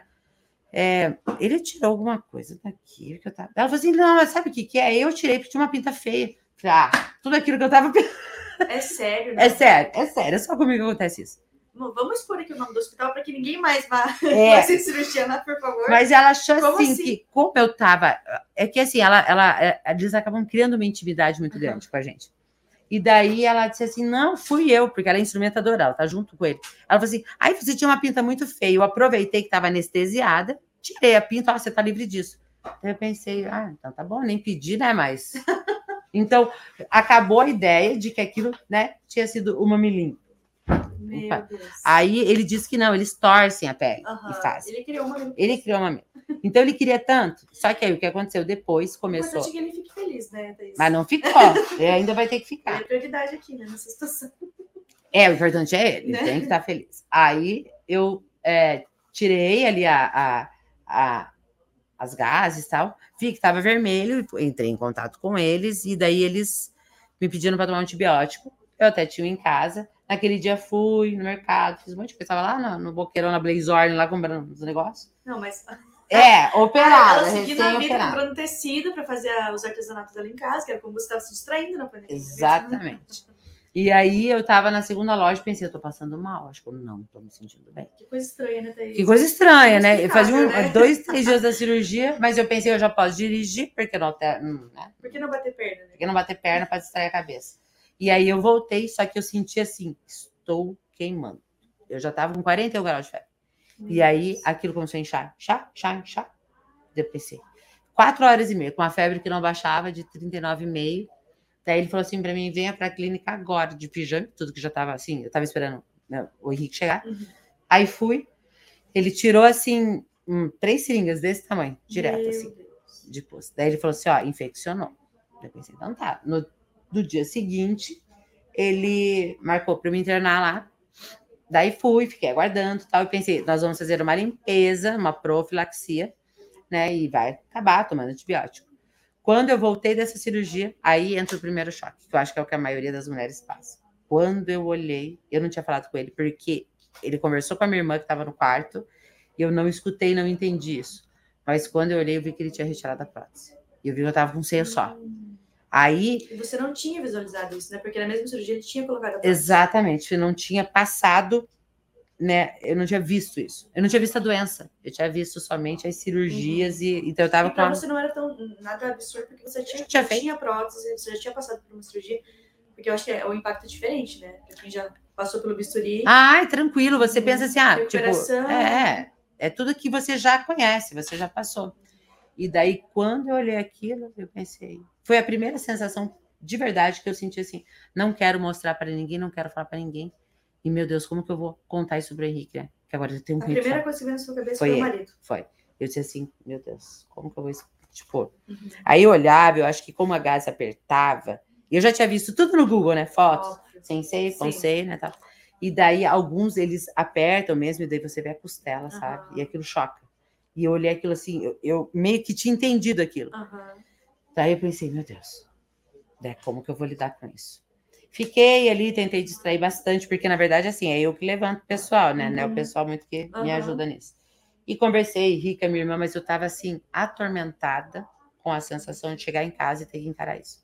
é, ele tirou alguma coisa daqui? Que eu tava... Ela falou assim, não, mas sabe o que, que é? Eu tirei porque tinha uma pinta feia. Ah, tudo aquilo que eu tava pensando.
É sério, né?
É sério, é sério, é só comigo que acontece isso.
Vamos expor aqui o nome do hospital para que ninguém mais vá é. ser cirurgiana, por favor.
Mas ela achou
como
assim,
assim
que, como eu tava. É que assim, ela, ela, eles acabam criando uma intimidade muito grande uhum. com a gente. E daí ela disse assim: não, fui eu, porque ela é instrumentadora, ela tá junto com ele. Ela falou assim: aí você tinha uma pinta muito feia. Eu aproveitei que tava anestesiada, tirei a pinta, ó, você tá livre disso. Então eu pensei: ah, então tá bom, nem pedi, né? Mas. Então, acabou a ideia de que aquilo, né, tinha sido o mamilinho.
Meu Deus.
Aí ele disse que não, eles torcem a pele
uhum.
e fazem.
Ele criou uma
Ele criou uma Então ele queria tanto. Só que aí o que aconteceu depois começou.
Mas que ele fique feliz, né, Thaís?
Mas não ficou. Ele ainda vai ter que ficar.
É a prioridade aqui, né, nessa situação.
É, o importante é ele.
Né?
Ele tem que estar feliz. Aí eu é, tirei ali a, a, a, as gases e tal. Vi que estava vermelho, entrei em contato com eles e daí eles me pediram para tomar um antibiótico. Eu até tinha em casa. Naquele dia fui no mercado, fiz um monte de coisa. Estava lá no, no Boqueirão, na Blazorn, lá comprando os negócios.
Não, mas...
É, operada,
ela seguindo a vida, comprando tecido para fazer os artesanatos dela em casa, que era como você estava se distraindo na pandemia.
Exatamente. E aí eu estava na segunda loja e pensei, eu tô passando mal. Acho que eu não tô me sentindo bem.
Que coisa estranha, né, Thaís?
Que coisa estranha, né? Eu fazia um,
né?
dois, três dias da cirurgia, mas eu pensei, eu já posso dirigir, porque não, né?
Por que não bater perna, né?
Porque não bater perna para distrair a cabeça. E aí eu voltei, só que eu senti assim, estou queimando. Eu já estava com quarenta e um graus de febre. Meu e aí Deus. Aquilo começou a inchar, inchar, inchar, inchar. Eu pensei, quatro horas e meia, com a febre que não baixava de trinta e nove vírgula cinco. Daí ele falou assim para mim, venha para a clínica agora, de pijama, tudo que já estava assim, eu estava esperando, né, o Henrique chegar. Uhum. Aí fui, ele tirou assim, um, três seringas desse tamanho, direto Meu assim, Deus. De posto. Daí ele falou assim, ó, infeccionou. Eu pensei, então tá. No, no dia seguinte, ele marcou para me internar lá. Daí fui, fiquei aguardando e tal, e pensei, nós vamos fazer uma limpeza, uma profilaxia, né, e vai acabar tomando antibiótico. Quando eu voltei dessa cirurgia, aí entra o primeiro choque, que eu acho que é o que a maioria das mulheres passa. Quando eu olhei, eu não tinha falado com ele, porque ele conversou com a minha irmã que estava no quarto, e eu não escutei, não entendi isso. Mas quando eu olhei, eu vi que ele tinha retirado a prótese. E eu vi que eu estava com um seio só. Aí...
E você não tinha visualizado isso, né? Porque na mesma cirurgia ele tinha colocado a prótese.
Exatamente, eu não tinha passado... Né, eu não tinha visto isso. Eu não tinha visto a doença. Eu tinha visto somente as cirurgias. Uhum. e então eu tava
e pra
com
você não era tão nada absurdo, porque você tinha,
tinha,
tinha prótese, você já tinha passado por uma cirurgia. Porque eu acho que é, o impacto é diferente, né? Pra quem já passou pelo bisturi.
Ai, tranquilo, você pensa assim, ah, tipo,
recuperação.
é, é tudo que você já conhece, você já passou. E daí, quando eu olhei aquilo, eu pensei, foi a primeira sensação de verdade que eu senti assim, não quero mostrar para ninguém, não quero falar para ninguém. E, meu Deus, como que eu vou contar isso pro Henrique, né? Que agora eu tenho um
A primeira coisa que veio na sua cabeça foi, foi o marido.
Foi. Eu disse assim, meu Deus, como que eu vou expor? Uhum. Aí eu olhava, eu acho que como a gás apertava, e eu já tinha visto tudo no Google, né? Fotos, Óbvio. Sensei, Consei, né? Tal. E daí alguns eles apertam mesmo, e daí você vê a costela, uhum. sabe? E aquilo choca. E eu olhei aquilo assim, eu, eu meio que tinha entendido aquilo. Uhum. Daí eu pensei, meu Deus, né, como que eu vou lidar com isso? Fiquei ali, tentei distrair bastante, porque na verdade, assim, é eu que levanto o pessoal, né? Uhum. Não é o pessoal muito que uhum. me ajuda nisso. E conversei, Rica, minha irmã, mas eu tava assim, atormentada com a sensação de chegar em casa e ter que encarar isso.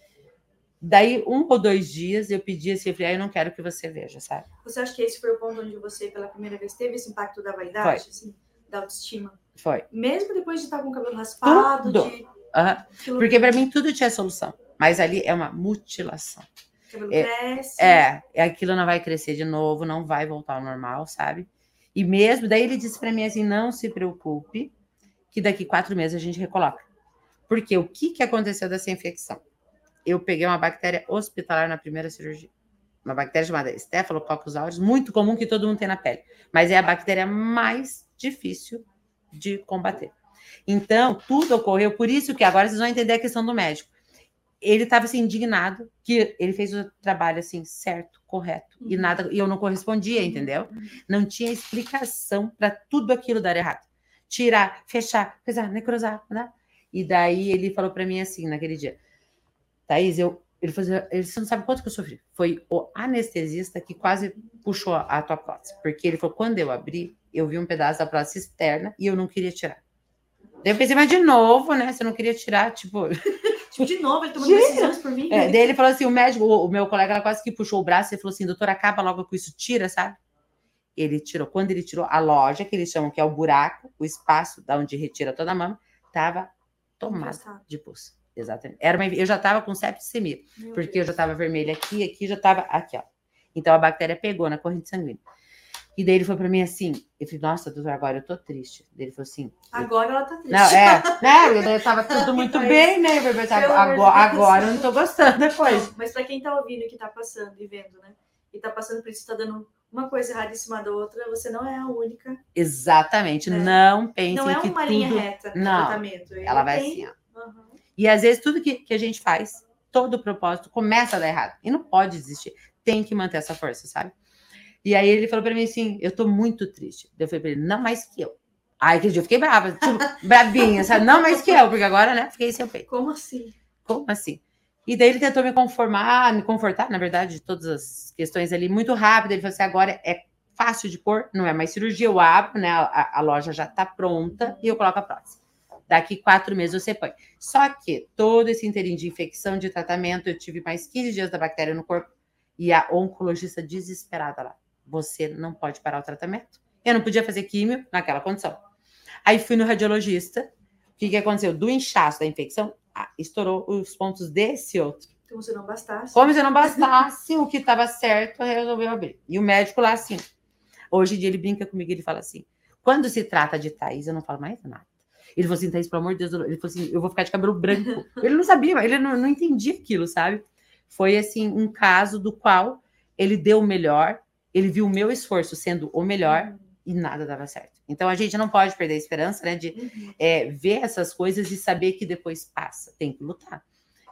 Daí, um ou dois dias, eu pedi assim, eu falei, ah, eu não quero que você veja, sabe?
Você acha que esse foi o ponto onde você, pela primeira vez, teve esse impacto da vaidade?
Foi.
Assim, da autoestima?
Foi.
Mesmo depois de estar com o cabelo raspado?
Tudo.
De...
Uhum. Porque para mim tudo tinha solução. Mas ali é uma mutilação.
O cabelo
é,
cresce.
É, aquilo não vai crescer de novo, não vai voltar ao normal, sabe? E mesmo, daí ele disse para mim assim, não se preocupe, que daqui quatro meses a gente recoloca. Porque o que, que aconteceu dessa infecção? Eu peguei uma bactéria hospitalar na primeira cirurgia. Uma bactéria chamada Staphylococcus aureus, muito comum que todo mundo tem na pele. Mas é a bactéria mais difícil de combater. Então, tudo ocorreu, por isso que agora vocês vão entender a questão do médico. Ele estava assim, indignado, que ele fez o trabalho assim, certo, correto, uhum. e nada, e eu não correspondia, entendeu? Uhum. Não tinha explicação para tudo aquilo dar errado. Tirar, fechar, pesar, necrosar, né? E daí ele falou para mim assim, naquele dia, Thaís, eu, ele falou, ele, você não sabe quanto que eu sofri. Foi o anestesista que quase puxou a, a tua prótese, porque ele falou, quando eu abri, eu vi um pedaço da prótese externa e eu não queria tirar. Daí eu pensei, mas de novo, né? Você não queria tirar, tipo...
tipo, de novo, ele tomando decisões por mim.
É, daí ele falou assim, o médico, o, o meu colega quase que puxou o braço e falou assim, doutora, acaba logo com isso, tira, sabe? Ele tirou. Quando ele tirou, a loja, que eles chamam que é o buraco, o espaço da onde retira toda a mama, estava tomada de pus. Exatamente. Era uma, eu já estava com septicemia, meu porque Deus. Eu já estava vermelha aqui, aqui já estava aqui, ó. Então a bactéria pegou na corrente sanguínea. E daí ele falou pra mim assim, eu falei, nossa, doutor, agora eu tô triste. Daí ele falou assim...
Agora eu... ela tá triste.
Não, é, né? Daí tava tudo muito bem, né? Eu pensei, agora, agora eu não tô gostando da coisa. Não,
mas pra quem tá ouvindo e que tá passando e vendo, né? E tá passando por isso, tá dando uma coisa errada em cima da outra, você não é a única.
Exatamente, né? Não pense
não é
que
uma
tudo...
linha reta no
não,
tratamento. Ele
ela vai
tem...
assim, ó.
Uhum.
E às vezes tudo que, que a gente faz, todo o propósito, começa a dar errado. E não pode desistir. Tem que manter essa força, sabe? E aí ele falou pra mim assim, eu tô muito triste. Eu falei pra ele, não mais que eu. Aí aquele dia eu fiquei brava, tipo, brabinha, sabe? Não mais que eu, porque agora, né, fiquei sem o peito.
Como assim?
Como assim? E daí ele tentou me conformar, me confortar, na verdade, de todas as questões ali, muito rápido. Ele falou assim, agora é fácil de pôr, não é mais cirurgia, eu abro, né, a, a loja já tá pronta e eu coloco a prótese. Daqui quatro meses você põe. Só que todo esse inteirinho de infecção, de tratamento, eu tive mais quinze dias da bactéria no corpo e a oncologista desesperada lá. Você não pode parar o tratamento. Eu não podia fazer químio naquela condição. Aí fui no radiologista. O que, que aconteceu? Do inchaço da infecção, ah, estourou os pontos desse outro.
Como se não bastasse.
Como se não bastasse, o que estava certo, resolveu abrir. E o médico lá, assim, hoje em dia ele brinca comigo, ele fala assim, quando se trata de Thaís, eu não falo mais nada. Ele falou assim, Thaís, pelo amor de Deus, ele falou assim, eu vou ficar de cabelo branco. Ele não sabia, ele não, não entendia aquilo, sabe? Foi, assim, um caso do qual ele deu o melhor, ele viu o meu esforço sendo o melhor uhum. e nada dava certo. Então, a gente não pode perder a esperança, né, de uhum. é, ver essas coisas e saber que depois passa. Tem que lutar.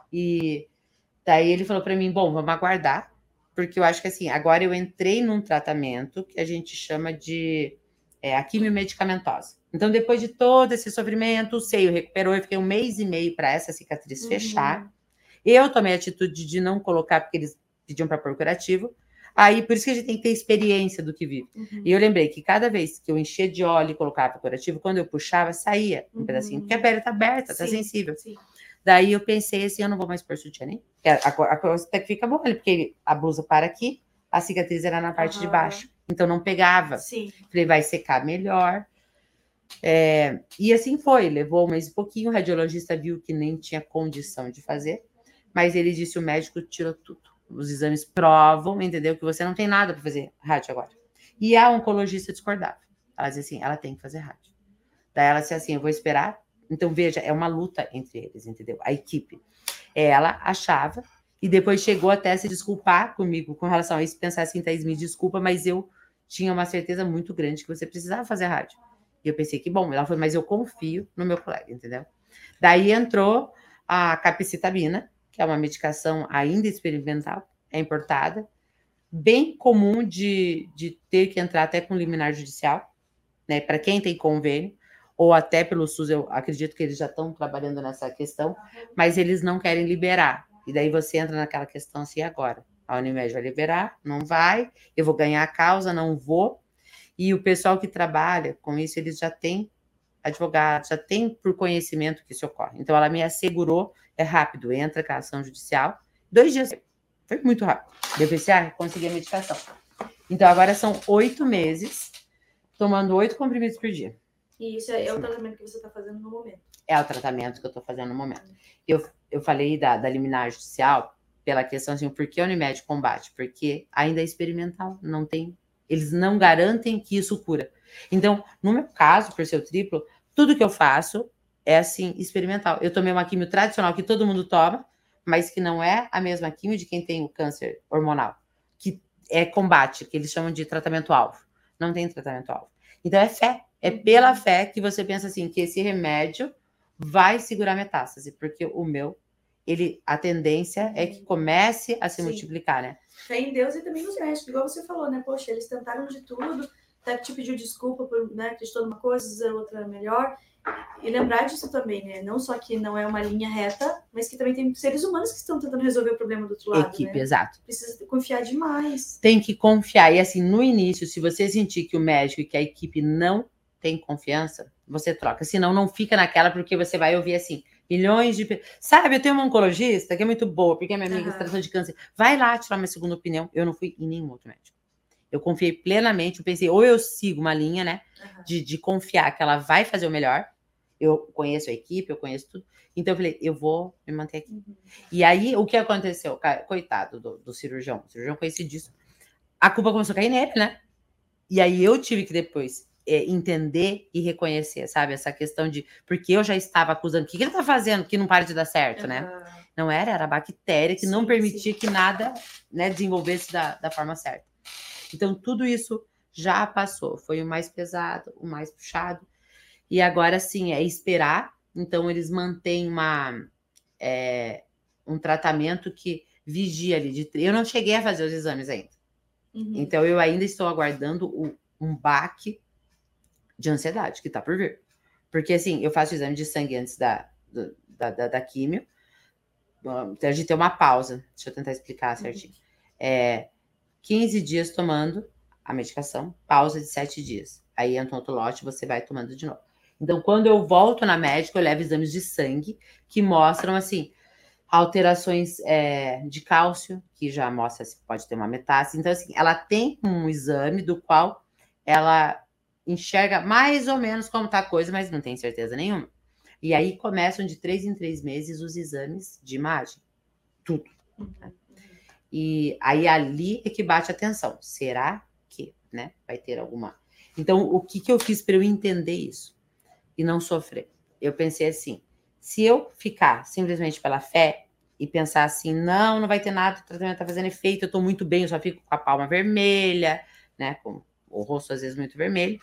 E daí ele falou para mim, bom, vamos aguardar, porque eu acho que, assim, agora eu entrei num tratamento que a gente chama de é, a quimiomedicamentosa. Então, depois de todo esse sofrimento, o seio recuperou, eu fiquei um mês e meio para essa cicatriz uhum. fechar. Eu tomei a atitude de não colocar, porque eles pediam para pôr curativo. Aí, por isso que a gente tem que ter experiência do que vive. Uhum. E eu lembrei que cada vez que eu enchia de óleo e colocava curativo, quando eu puxava, saía um uhum. pedacinho, porque a pele tá aberta, sim, tá sensível. Sim. Daí eu pensei assim, eu não vou mais pôr sutiã nem. A coisa até que fica boa, porque a blusa para aqui, a cicatriz era na parte uhum. de baixo. Então não pegava. Sim. Falei, vai secar melhor. É, e assim foi, levou um mês e pouquinho, o radiologista viu que nem tinha condição de fazer, mas ele disse, o médico tirou tudo. os exames provam, entendeu? Que você não tem nada para fazer rádio agora. E a oncologista discordava. Ela dizia assim, ela tem que fazer rádio. Daí ela disse assim, eu vou esperar. Então, veja, é uma luta entre eles, entendeu? A equipe. Ela achava, e depois chegou até a se desculpar comigo com relação a isso, pensar assim, Thaís, me desculpa, mas eu tinha uma certeza muito grande que você precisava fazer rádio. E eu pensei que, bom, ela falou, mas eu confio no meu colega, entendeu? Daí entrou a capecitabina, que é uma medicação ainda experimental, é importada, bem comum de, de ter que entrar até com liminar judicial, né, para quem tem convênio, ou até pelo SUS, eu acredito que eles já estão trabalhando nessa questão, mas eles não querem liberar. E daí você entra naquela questão assim, agora, a Unimed vai liberar? Não vai, eu vou ganhar a causa, não vou. E o pessoal que trabalha com isso, eles já têm advogado, já tem por conhecimento que isso ocorre. Então, ela me assegurou, é rápido, entra com a ação judicial, dois dias, foi muito rápido. D P C A, consegui a medicação. Então, agora são oito meses, tomando oito comprimidos por dia.
E isso é, é o tratamento que você está fazendo no momento?
É o tratamento que eu estou fazendo no momento. Eu, eu falei da, da liminar judicial pela questão assim, por que a Unimed combate? Porque ainda é experimental, não tem, eles não garantem que isso cura. Então, no meu caso, por ser o triplo, tudo que eu faço é assim, experimental. Eu tomei uma quimio tradicional que todo mundo toma, mas que não é a mesma quimio de quem tem o câncer hormonal, que é combate, que eles chamam de tratamento-alvo. Não tem tratamento-alvo. Então, é fé. É pela fé que você pensa assim, que esse remédio vai segurar a metástase, porque o meu, ele, a tendência é que comece a se Sim. multiplicar, né?
Fé em Deus e também nos médicos, igual você falou, né? Poxa, eles tentaram de tudo, até te pediu desculpa por, né, acreditou numa coisa, dizer outra melhor. E lembrar disso também, né? Não só que não é uma linha reta, mas que também tem seres humanos que estão tentando resolver o problema do outro lado,
Equipe,
né?
exato.
Precisa confiar demais.
Tem que confiar. E assim, no início, se você sentir que o médico e que a equipe não tem confiança, você troca. Senão, não fica naquela, porque você vai ouvir assim, milhões de... Sabe, eu tenho uma oncologista que é muito boa, porque é minha amiga, uhum. tratou de câncer. Vai lá tirar minha segunda opinião. Eu não fui em nenhum outro médico. Eu confiei plenamente, eu pensei, ou eu sigo uma linha, né, uhum. de, de confiar que ela vai fazer o melhor. Eu conheço a equipe, eu conheço tudo. Então, eu falei, eu vou me manter aqui. Uhum. E aí, o que aconteceu? Coitado do, do cirurgião. O cirurgião conhecidíssimo. A culpa começou a cair nele, né? E aí, eu tive que depois é, entender e reconhecer, sabe? Essa questão de... Porque eu já estava acusando. O que, que ele tá fazendo que não para de dar certo, uhum. né? Não era, era a bactéria que sim, não permitia sim. que nada, né, desenvolvesse da, da forma certa. Então, tudo isso já passou. Foi o mais pesado, o mais puxado. E agora, sim, é esperar. Então, eles mantêm uma, é, um tratamento que vigia ali. De, eu não cheguei a fazer os exames ainda. Uhum. Então, eu ainda estou aguardando o, um baque de ansiedade que está por vir. Porque, assim, eu faço o exame de sangue antes da, do, da, da, da químio. Então, a gente tem uma pausa. Deixa eu tentar explicar certinho. Uhum. É, quinze dias tomando a medicação, pausa de sete dias. Aí entra outro lote, você vai tomando de novo. Então, quando eu volto na médica, eu levo exames de sangue que mostram, assim, alterações é, de cálcio, que já mostra se pode ter uma metástase. Então, assim, ela tem um exame do qual ela enxerga mais ou menos como tá a coisa, mas não tem certeza nenhuma. E aí começam de três em três meses os exames de imagem. Tudo. Né? E aí ali é que bate a atenção. Será que, né, vai ter alguma... Então, o que, que eu fiz para eu entender isso? E não sofrer. Eu pensei assim, se eu ficar simplesmente pela fé e pensar assim, não, não vai ter nada, o tratamento tá fazendo efeito, eu tô muito bem, eu só fico com a palma vermelha, né, com o rosto às vezes muito vermelho,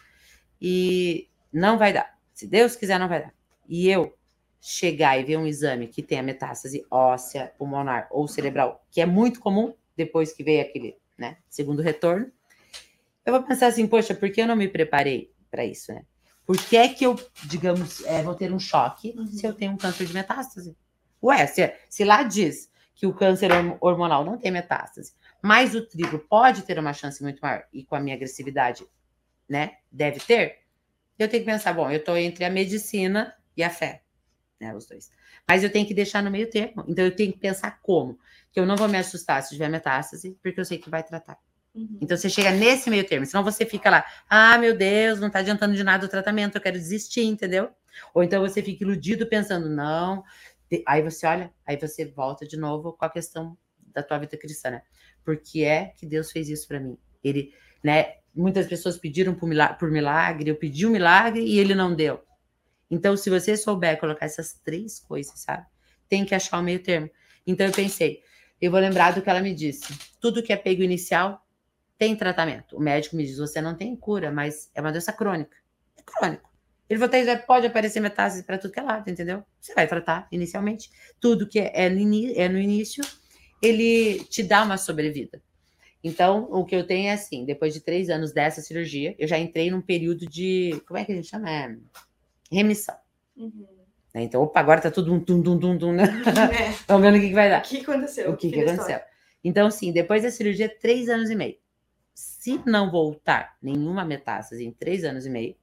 e não vai dar. Se Deus quiser, não vai dar. E eu chegar e ver um exame que tem a metástase óssea, pulmonar ou cerebral, que é muito comum depois que veio aquele, né, segundo retorno, eu vou pensar assim, poxa, por que eu não me preparei para isso, né? Por que é que eu, digamos, é, vou ter um choque uhum. se eu tenho um câncer de metástase? Ué, se, se lá diz que o câncer hormonal não tem metástase, mas o triplo pode ter uma chance muito maior, e com a minha agressividade, né, deve ter, eu tenho que pensar, bom, eu estou entre a medicina e a fé, né, os dois. Mas eu tenho que deixar no meio termo, então eu tenho que pensar como, que eu não vou me assustar se tiver metástase, porque eu sei que vai tratar. Uhum. Então, você chega nesse meio termo, senão você fica lá, ah, meu Deus, não tá adiantando de nada o tratamento, eu quero desistir, entendeu? Ou então você fica iludido pensando, não, aí você olha, aí você volta de novo com a questão da tua vida cristã, né? Porque é que Deus fez isso para mim. Ele, né? Muitas pessoas pediram por milagre, por milagre, eu pedi um milagre e ele não deu. Então, se você souber colocar essas três coisas, sabe? Tem que achar o meio termo. Então, eu pensei, eu vou lembrar do que ela me disse. Tudo que é pego inicial tem tratamento. O médico me diz, você não tem cura, mas é uma doença crônica. É crônico. Ele falou, pode aparecer metástase para tudo que é lado, entendeu? Você vai tratar inicialmente. Tudo que é no início, ele te dá uma sobrevida. Então, o que eu tenho é assim, depois de três anos dessa cirurgia, eu já entrei num período de, como é que a gente chama? É, remissão. Uhum. Então, opa, agora tá tudo um tum, tum, tum, tum, né? É. Vamos ver o que, que vai dar.
O que aconteceu?
O que, que aconteceu? Então, sim, depois da cirurgia, três anos e meio. Se não voltar nenhuma metástase em três anos e meio,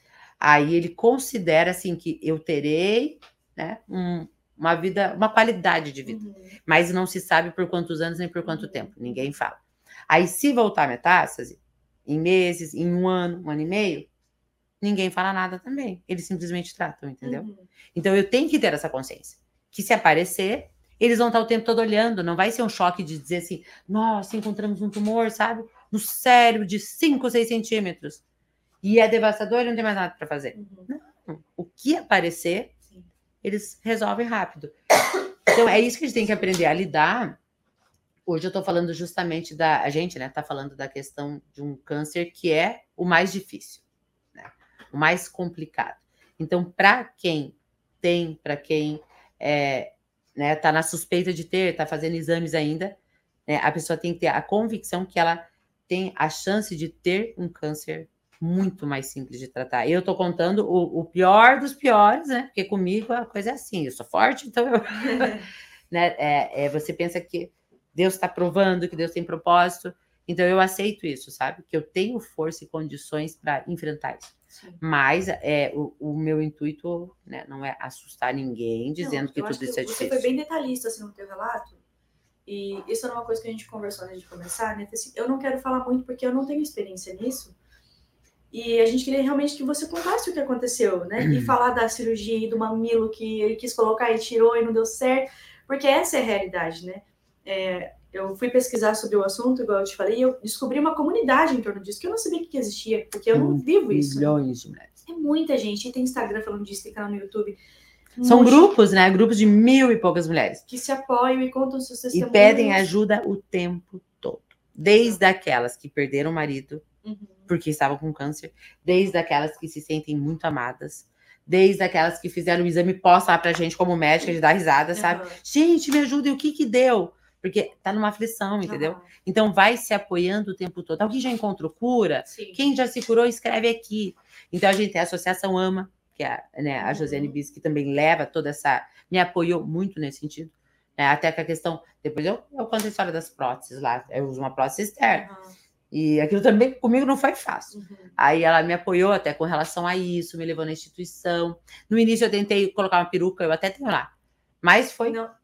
aí ele considera, assim, que eu terei, né, um, uma vida, uma qualidade de vida. Uhum. Mas não se sabe por quantos anos nem por quanto uhum. tempo. Ninguém fala. Aí, se voltar metástase, em meses, em um ano, um ano e meio, ninguém fala nada também. Eles simplesmente tratam, entendeu? Uhum. Então, eu tenho que ter essa consciência. Que se aparecer, eles vão estar o tempo todo olhando. Não vai ser um choque de dizer assim, nossa, encontramos um tumor, sabe? No cérebro de cinco, seis centímetros. E é devastador e não tem mais nada para fazer. Uhum. Não. O que aparecer, sim, eles resolvem rápido. Então, é isso que a gente tem que aprender a lidar. Hoje eu estou falando justamente da... A gente, né, está falando da questão de um câncer que é o mais difícil, né? O mais complicado. Então, para quem tem, para quem é, né, tá na suspeita de ter, está fazendo exames ainda, né, a pessoa tem que ter a convicção que ela tem a chance de ter um câncer muito mais simples de tratar. Eu estou contando o, o pior dos piores, né? Porque comigo a coisa é assim, eu sou forte, então eu... né, é, é, você pensa que Deus está provando, que Deus tem propósito. Então, eu aceito isso, sabe? Que eu tenho força e condições para enfrentar isso. Sim. Mas é, o, o meu intuito, né, não é assustar ninguém dizendo não, que tudo isso é difícil.
Você foi bem detalhista assim, no teu relato. E isso era uma coisa que a gente conversou antes de começar, né? Assim, eu não quero falar muito porque eu não tenho experiência nisso. E a gente queria realmente que você contasse o que aconteceu, né? E falar da cirurgia e do mamilo que ele quis colocar e tirou e não deu certo. Porque essa é a realidade, né? É, eu fui pesquisar sobre o assunto, igual eu te falei, e eu descobri uma comunidade em torno disso, que eu não sabia que existia, porque eu não vivo isso.
Milhões de mulheres.
É muita gente, e tem Instagram falando disso, tem canal no YouTube.
São grupos, né? Grupos de mil e poucas mulheres.
Que se apoiam e contam seus testemunhos.
E pedem ajuda o tempo todo. Desde aquelas que perderam o marido, uhum, porque estavam com câncer, desde aquelas que se sentem muito amadas, desde aquelas que fizeram o exame pós lá pra gente como médica de dar risada, sabe? Uhum. Gente, me ajuda, e o que que deu? Porque tá numa aflição, entendeu? Uhum. Então vai se apoiando o tempo todo. Alguém já encontrou cura? Sim. Quem já se curou, escreve aqui. Então a gente tem a Associação AMA, que é, né, a Josiane Bis, que também leva toda essa... Me apoiou muito nesse sentido. Né? Até que a questão... Depois eu, eu conto a história das próteses lá. Eu uso uma prótese externa. Uhum. E aquilo também comigo não foi fácil. Uhum. Aí ela me apoiou até com relação a isso, me levou na instituição. No início eu tentei colocar uma peruca, eu até tenho lá. Mas foi...
Não,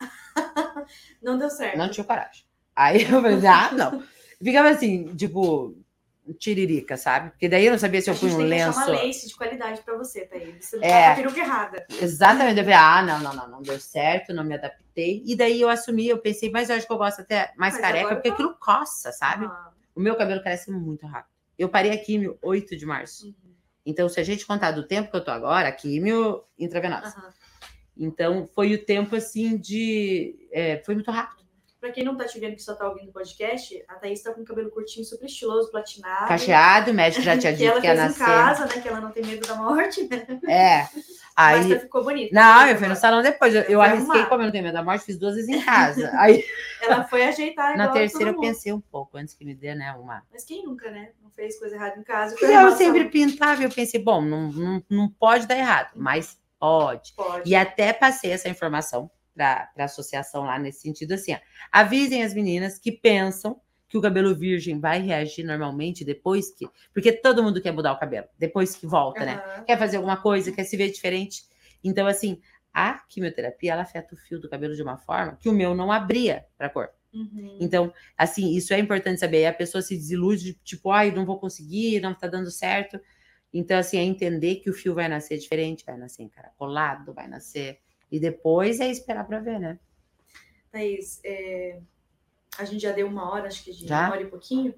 não deu certo.
Não tinha coragem. Aí eu falei, ah, não. Ficava assim, tipo, tiririca, sabe? Porque daí eu não sabia se eu punha um lenço. A gente tem que achar uma lace
de qualidade pra você, Thaís. Você
é,
tá com a peruca errada.
Exatamente. Eu falei, ah, não, não, não, não deu certo, não me adaptei. E daí eu assumi, eu pensei, mas eu acho que eu gosto até mais mas careca, porque aquilo coça, sabe? Ah. O meu cabelo cresce muito rápido. Eu parei a químio oito de março. Uhum. Então, se a gente contar do tempo que eu tô agora, a químio intravenosa. Uhum. Então, foi o tempo, assim, de... É, foi muito rápido.
Pra quem não tá te vendo, que só tá ouvindo o podcast, a Thaís tá com o cabelo curtinho, super estiloso, platinado.
Cacheado, o médico já tinha dito que,
que ia
nascer.
Que ela fez em casa, né? Que ela não tem medo da morte, né?
É. Aí...
Mas ficou bonito.
Não, eu fui no salão depois. Eu, eu arrisquei, como eu não tenho medo da morte, fiz duas vezes em casa. Aí...
Ela foi ajeitar igual
na terceira eu pensei um pouco, antes que me dê, né, uma...
Mas quem nunca, né? Não fez coisa errada em casa.
E eu sempre pintava e eu pensei, bom, não, não, não pode dar errado, mas pode. Pode. E até passei essa informação para a associação lá nesse sentido, assim, ó, avisem as meninas que pensam que o cabelo virgem vai reagir normalmente depois que... Porque todo mundo quer mudar o cabelo, depois que volta, uhum, né? Quer fazer alguma coisa, quer se ver diferente. Então, assim, a quimioterapia, ela afeta o fio do cabelo de uma forma que o meu não abria para cor. Uhum. Então, assim, isso é importante saber. A pessoa se desilude, tipo, ai, não vou conseguir, não tá dando certo. Então, assim, é entender que o fio vai nascer diferente, vai nascer encaracolado, vai nascer... E depois é esperar para ver, né?
Thaís, é... a gente já deu uma hora, acho que de
Já?
uma hora e pouquinho.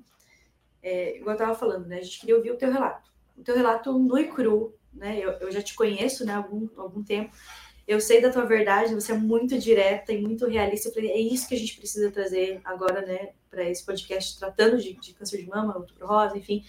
É, igual eu tava falando, né? A gente queria ouvir o teu relato. O teu relato nu e cru, né? Eu, eu já te conheço, né? Há algum, algum tempo. Eu sei da tua verdade, você é muito direta e muito realista. Eu falei, é isso que a gente precisa trazer agora, né? Para esse podcast tratando de, de câncer de mama, outubro rosa, enfim.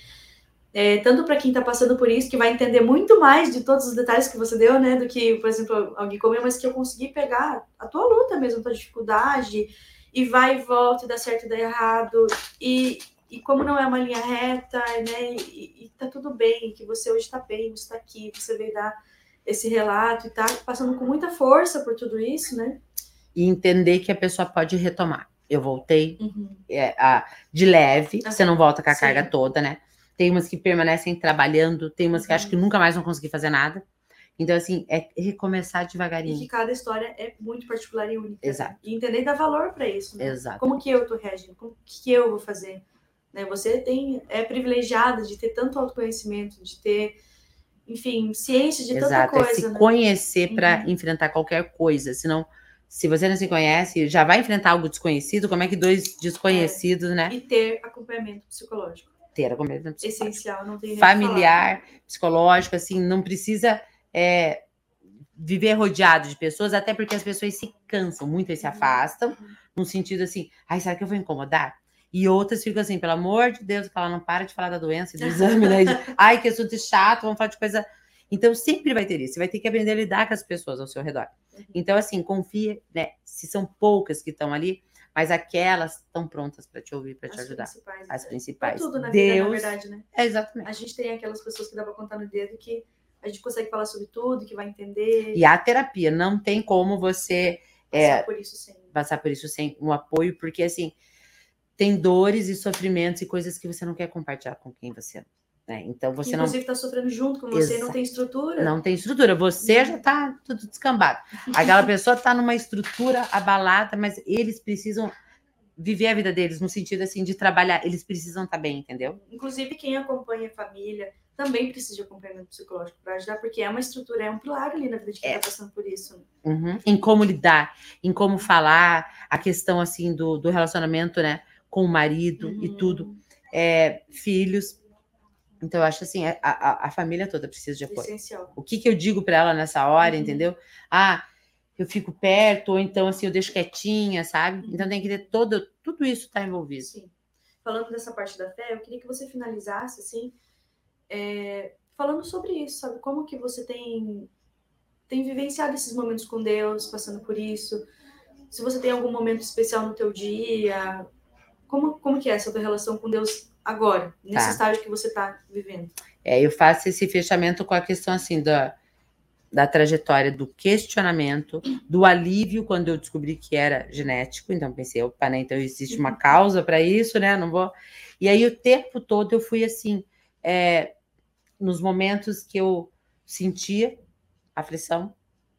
É, tanto para quem está passando por isso, que vai entender muito mais de todos os detalhes que você deu, né? Do que, por exemplo, alguém comeu, mas que eu consegui pegar a tua luta mesmo, a tua dificuldade, e vai e volta, e dá certo e dá errado. E, e como não é uma linha reta, né? E, e tá tudo bem, que você hoje está bem, você está aqui, você veio dar esse relato e tá passando com muita força por tudo isso, né?
E entender que a pessoa pode retomar. Eu voltei
Uhum.
é, a, de leve,
Uhum.
você não volta com a
Sim.
carga toda, né? Tem umas que permanecem trabalhando, tem umas
Uhum.
que acham que nunca mais vão conseguir fazer nada. Então, assim, é recomeçar
E
devagarinho.
que cada história é muito particular e única.
Exato.
E entender e dar valor para isso, né?
Exato.
Como que eu tô reagindo? Como que eu vou fazer? Né? Você tem, é privilegiada de ter tanto autoconhecimento, de ter, enfim, ciência de
Exato.
tanta coisa.
É se
né?
conhecer para
Uhum.
enfrentar qualquer coisa. Senão, se você não se conhece, já vai enfrentar algo desconhecido, como é que dois desconhecidos,
É.
né?
E ter acompanhamento psicológico.
Ter acompanhamento psicológico.
Essencial, não tem nem
Familiar,
o que falar.
psicológico, assim, não precisa é, viver rodeado de pessoas, até porque as pessoas se cansam muito e se afastam,
Uhum.
num sentido assim, ai, será que eu vou incomodar? E outras ficam assim, pelo amor de Deus, que ela não para de falar da doença, do exame, né? De, ai, que assunto chato, vamos falar de coisa... Então, sempre vai ter isso. Você vai ter que aprender a lidar com as pessoas ao seu redor.
Uhum.
Então, assim, confia, né? Se são poucas que estão ali, mas aquelas estão prontas para te ouvir, para te
As
ajudar.
principais,
As
né?
principais.
Pra tudo na
Deus...
vida, na verdade, né?
É, exatamente.
A gente tem aquelas pessoas que dá pra contar no dedo que a gente consegue falar sobre tudo, que vai entender.
E a terapia, não tem como você...
Passar
É,
por isso sem...
passar por isso sem um apoio, porque, assim, tem dores e sofrimentos e coisas que você não quer compartilhar com quem você ama. Né? Então, você
que,
não...
inclusive, tá sofrendo junto com você.
Exato.
Não tem estrutura.
Não tem estrutura. Você já tá tudo descambado. Aquela pessoa tá numa estrutura abalada, mas eles precisam viver a vida deles, no sentido, assim, de trabalhar. Eles precisam estar bem, entendeu?
Inclusive, quem acompanha a família também precisa de acompanhamento psicológico para ajudar, porque é uma estrutura, é um pilar ali na vida de quem é. tá passando por isso.
Uhum. Em como lidar, em como falar, a questão, assim, do, do relacionamento, né, com o marido uhum. e tudo. É, filhos. Então, eu acho assim, a, a, a família toda precisa de apoio.
Essencial.
O que, que eu digo para ela nessa hora,
uhum.
entendeu? Ah, eu fico perto, ou então, assim, eu deixo quietinha, sabe? Uhum. Então, tem que ter todo, tudo isso tá envolvido.
Sim. Falando dessa parte da fé, eu queria que você finalizasse, assim, é, falando sobre isso, sabe? Como que você tem, tem vivenciado esses momentos com Deus, passando por isso? Se você tem algum momento especial no teu dia, como, como que é essa tua relação com Deus agora, nesse tá. estágio que você está vivendo?
É, eu faço esse fechamento com a questão, assim, da, da trajetória do questionamento, do alívio, quando eu descobri que era genético. Então, pensei, opa, né? Então, existe uma causa para isso, né? Não vou... E aí, o tempo todo, eu fui, assim, é, nos momentos que eu sentia aflição,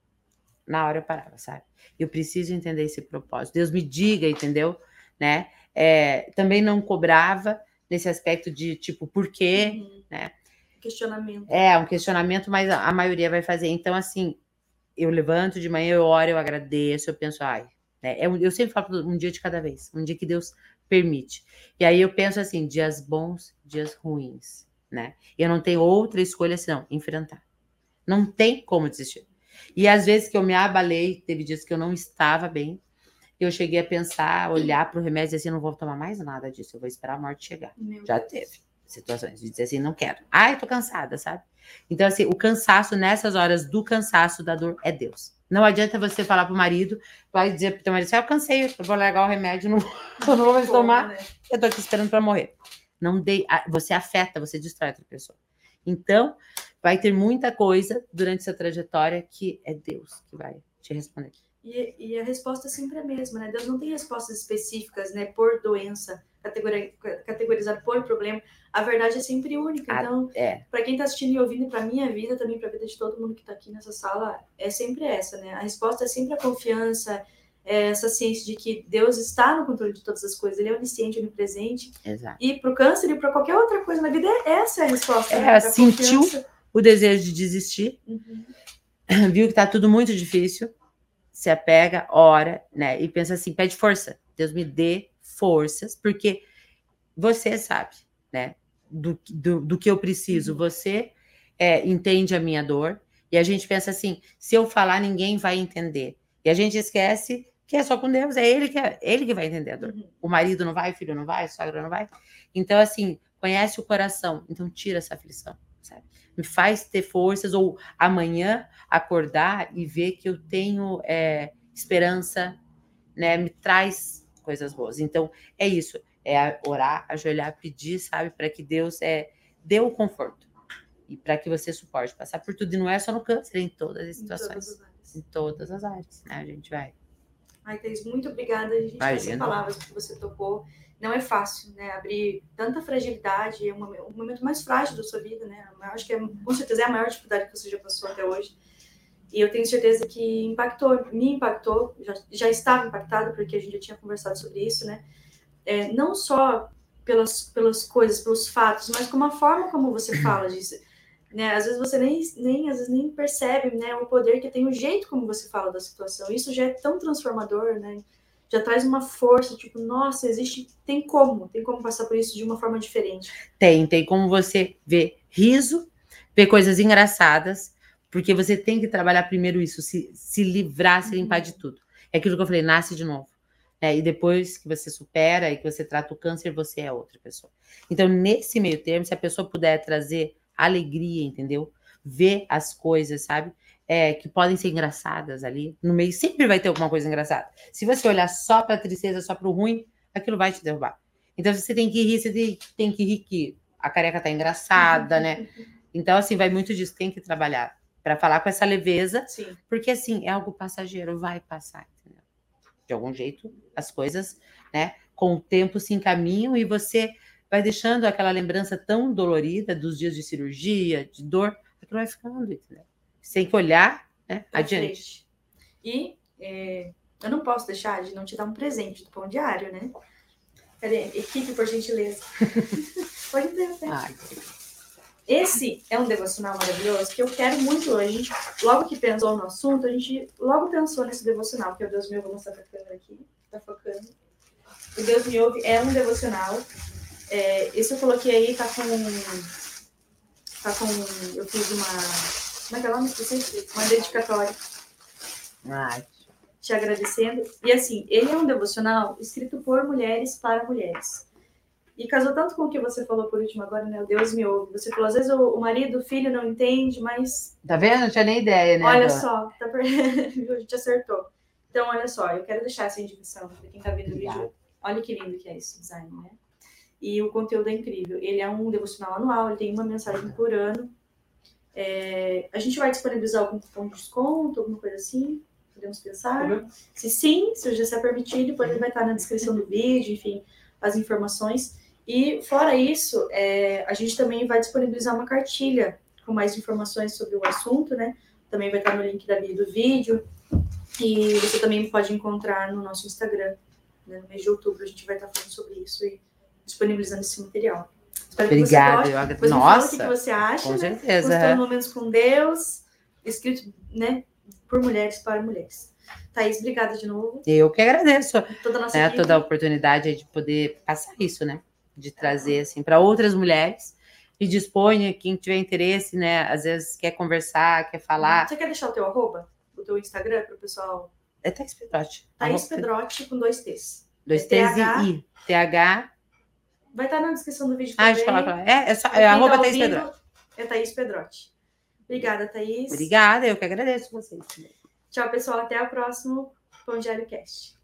na hora eu parava, sabe? Eu preciso entender esse propósito. Deus me diga, entendeu? Né? É, também não cobrava nesse aspecto de, tipo, por quê,
uhum.
né?
Questionamento.
É, um questionamento, mas a, a maioria vai fazer. Então, assim, eu levanto de manhã, eu oro, eu agradeço, eu penso, ai, né? eu, eu sempre falo um dia de cada vez, um dia que Deus permite. E aí eu penso assim, dias bons, dias ruins, né? Eu não tenho outra escolha senão enfrentar. Não tem como desistir. E às vezes que eu me abalei, teve dias que eu não estava bem, eu cheguei a pensar, olhar para o remédio e dizer assim, não vou tomar mais nada disso, eu vou esperar a morte chegar.
Meu
Já
Deus.
teve situações de dizer assim, não quero. Ai, tô cansada, sabe? Então, assim, o cansaço, nessas horas do cansaço, da dor, é Deus. Não adianta você falar pro marido, vai dizer pro teu marido, ah, eu cansei, eu vou largar o remédio, não, eu não vou mais tomar, né? Eu tô aqui esperando para morrer. Não dei, você afeta, você destrói outra pessoa. Então, vai ter muita coisa durante essa trajetória que é Deus que vai te responder.
E, e a resposta é sempre a mesma, né? Deus não tem respostas específicas, né? Por doença, categori, categorizada por problema. A verdade é sempre única. Então,
ah, é.
para quem está assistindo e ouvindo, para minha vida, também para a vida de todo mundo que está aqui nessa sala, é sempre essa, né? A resposta é sempre a confiança, é essa ciência de que Deus está no controle de todas as coisas. Ele é onisciente, onipresente.
Exato.
E para o câncer e para qualquer outra coisa na vida, essa é a resposta.
É,
né?
sentiu confiança. O desejo de desistir, uhum. viu que está tudo muito difícil, se apega, ora, né? E pensa assim, pede força. Deus me dê forças, porque você sabe, né? Do, do, do que eu preciso, você é, entende a minha dor, e a gente pensa assim, se eu falar, ninguém vai entender. E a gente esquece que é só com Deus, é ele que, é, ele que vai entender a dor. Uhum. O marido não vai, o filho não vai, a sogra não vai. Então, assim, conhece o coração, então tira essa aflição, sabe? Me faz ter forças, ou amanhã acordar e ver que eu tenho é, esperança, né? Me traz coisas boas. Então, é isso. É orar, ajoelhar, pedir, sabe? Para que Deus é, dê o conforto. E para que você suporte passar por tudo. E não é só no câncer, é em todas as situações. Em todas as áreas. Em todas as áreas, né? A gente vai.
Ai, Thaís, muito obrigada, gente, por essas palavras que você tocou. Não é fácil, né? Abrir tanta fragilidade, é um momento mais frágil da sua vida, né? Eu acho que é, com certeza é a maior dificuldade que você já passou até hoje. E eu tenho certeza que impactou, me impactou, já, já estava impactada, porque a gente já tinha conversado sobre isso, né? É, não só pelas, pelas coisas, pelos fatos, mas como a forma como você fala disso. Né? Às vezes você nem, nem, às vezes nem percebe, né, o poder que tem, o jeito como você fala da situação. Isso já é tão transformador, né? Já traz uma força, tipo, nossa, existe, tem como, tem como passar por isso de uma forma diferente.
Tem, tem como você ver riso, ver coisas engraçadas, porque você tem que trabalhar primeiro isso, se, se livrar, se limpar uhum. de tudo. É aquilo que eu falei, nasce de novo. É, e depois que você supera e que você trata o câncer, você é outra pessoa. Então, nesse meio termo, se a pessoa puder trazer alegria, entendeu? Ver as coisas, sabe? É, que podem ser engraçadas ali. No meio sempre vai ter alguma coisa engraçada. Se você olhar só para a tristeza, só para o ruim, aquilo vai te derrubar. Então, você tem que rir, você tem, tem que rir que a careca tá engraçada, né? Então, assim, vai muito disso. Tem que trabalhar para falar com essa leveza.
Sim.
Porque, assim, é algo passageiro, vai passar, entendeu? De algum jeito, as coisas, né? Com o tempo se encaminham e você vai deixando aquela lembrança tão dolorida dos dias de cirurgia, de dor, aquilo vai ficando, entendeu? Você tem que olhar, né, adiante.
E é, eu não posso deixar de não te dar um presente do Pão Diário, né? Cadê? Equipe, por gentileza. Pode ter, né? Ai, esse é um devocional maravilhoso que eu quero muito hoje. A gente, logo que pensou no assunto, a gente logo pensou nesse devocional, que é o Deus Me Ouve, vou mostrar pra câmera aqui, tá focando. O Deus Me Ouve é um devocional. É, esse eu coloquei aí, tá com. Tá com. Eu fiz uma. Como é que é o nome? Esqueci. Uma dedicatória.
Ai.
Te agradecendo. E assim, ele é um devocional escrito por mulheres para mulheres. E casou tanto com o que você falou por último agora, né? O Deus me ouve. Você falou, às vezes o, o marido, o filho não entende, mas.
Tá vendo? Não tinha nem ideia, né?
Olha só, tá per... a gente acertou. Então, olha só, eu quero deixar essa indicação para quem tá vendo o vídeo. Olha que lindo que é esse design, né? E o conteúdo é incrível. Ele é um devocional anual, ele tem uma mensagem por ano. É, a gente vai disponibilizar algum cupom de desconto, alguma coisa assim? Podemos pensar? Uhum. Se sim, se já se é permitido, depois ele vai estar na descrição do vídeo, enfim, as informações. E, fora isso, é, a gente também vai disponibilizar uma cartilha com mais informações sobre o assunto, né? Também vai estar no link da bio do vídeo. E você também pode encontrar no nosso Instagram. Né? No mês de outubro a gente vai estar falando sobre isso e disponibilizando esse material. Espero
Obrigada.
que você goste. Depois
Nossa,
me fala o que você acha.
Com
né?
certeza.
Gostando Momentos com Deus, escrito, né, por mulheres para mulheres. Thaís, obrigada de novo.
Eu que agradeço.
Toda a nossa
né,
equipe.
toda a oportunidade de poder passar isso, né? De trazer assim para outras mulheres. E disponha, quem tiver interesse, né? Às vezes quer conversar, quer falar.
Você quer deixar o teu arroba? O teu Instagram para o pessoal?
É Thaís Pedrotti.
Thaís Pedrotti com dois T's.
Dois T's e I. T H.
Vai estar na descrição do vídeo
também. Ah,
deixa
eu falar. É, é, só, é arroba tá Thaís Pedrotti.
É Thaís Pedrotti. Obrigada, Thaís.
Obrigada, eu que agradeço vocês.
Tchau, pessoal. Até o próximo Pão Diário Cast.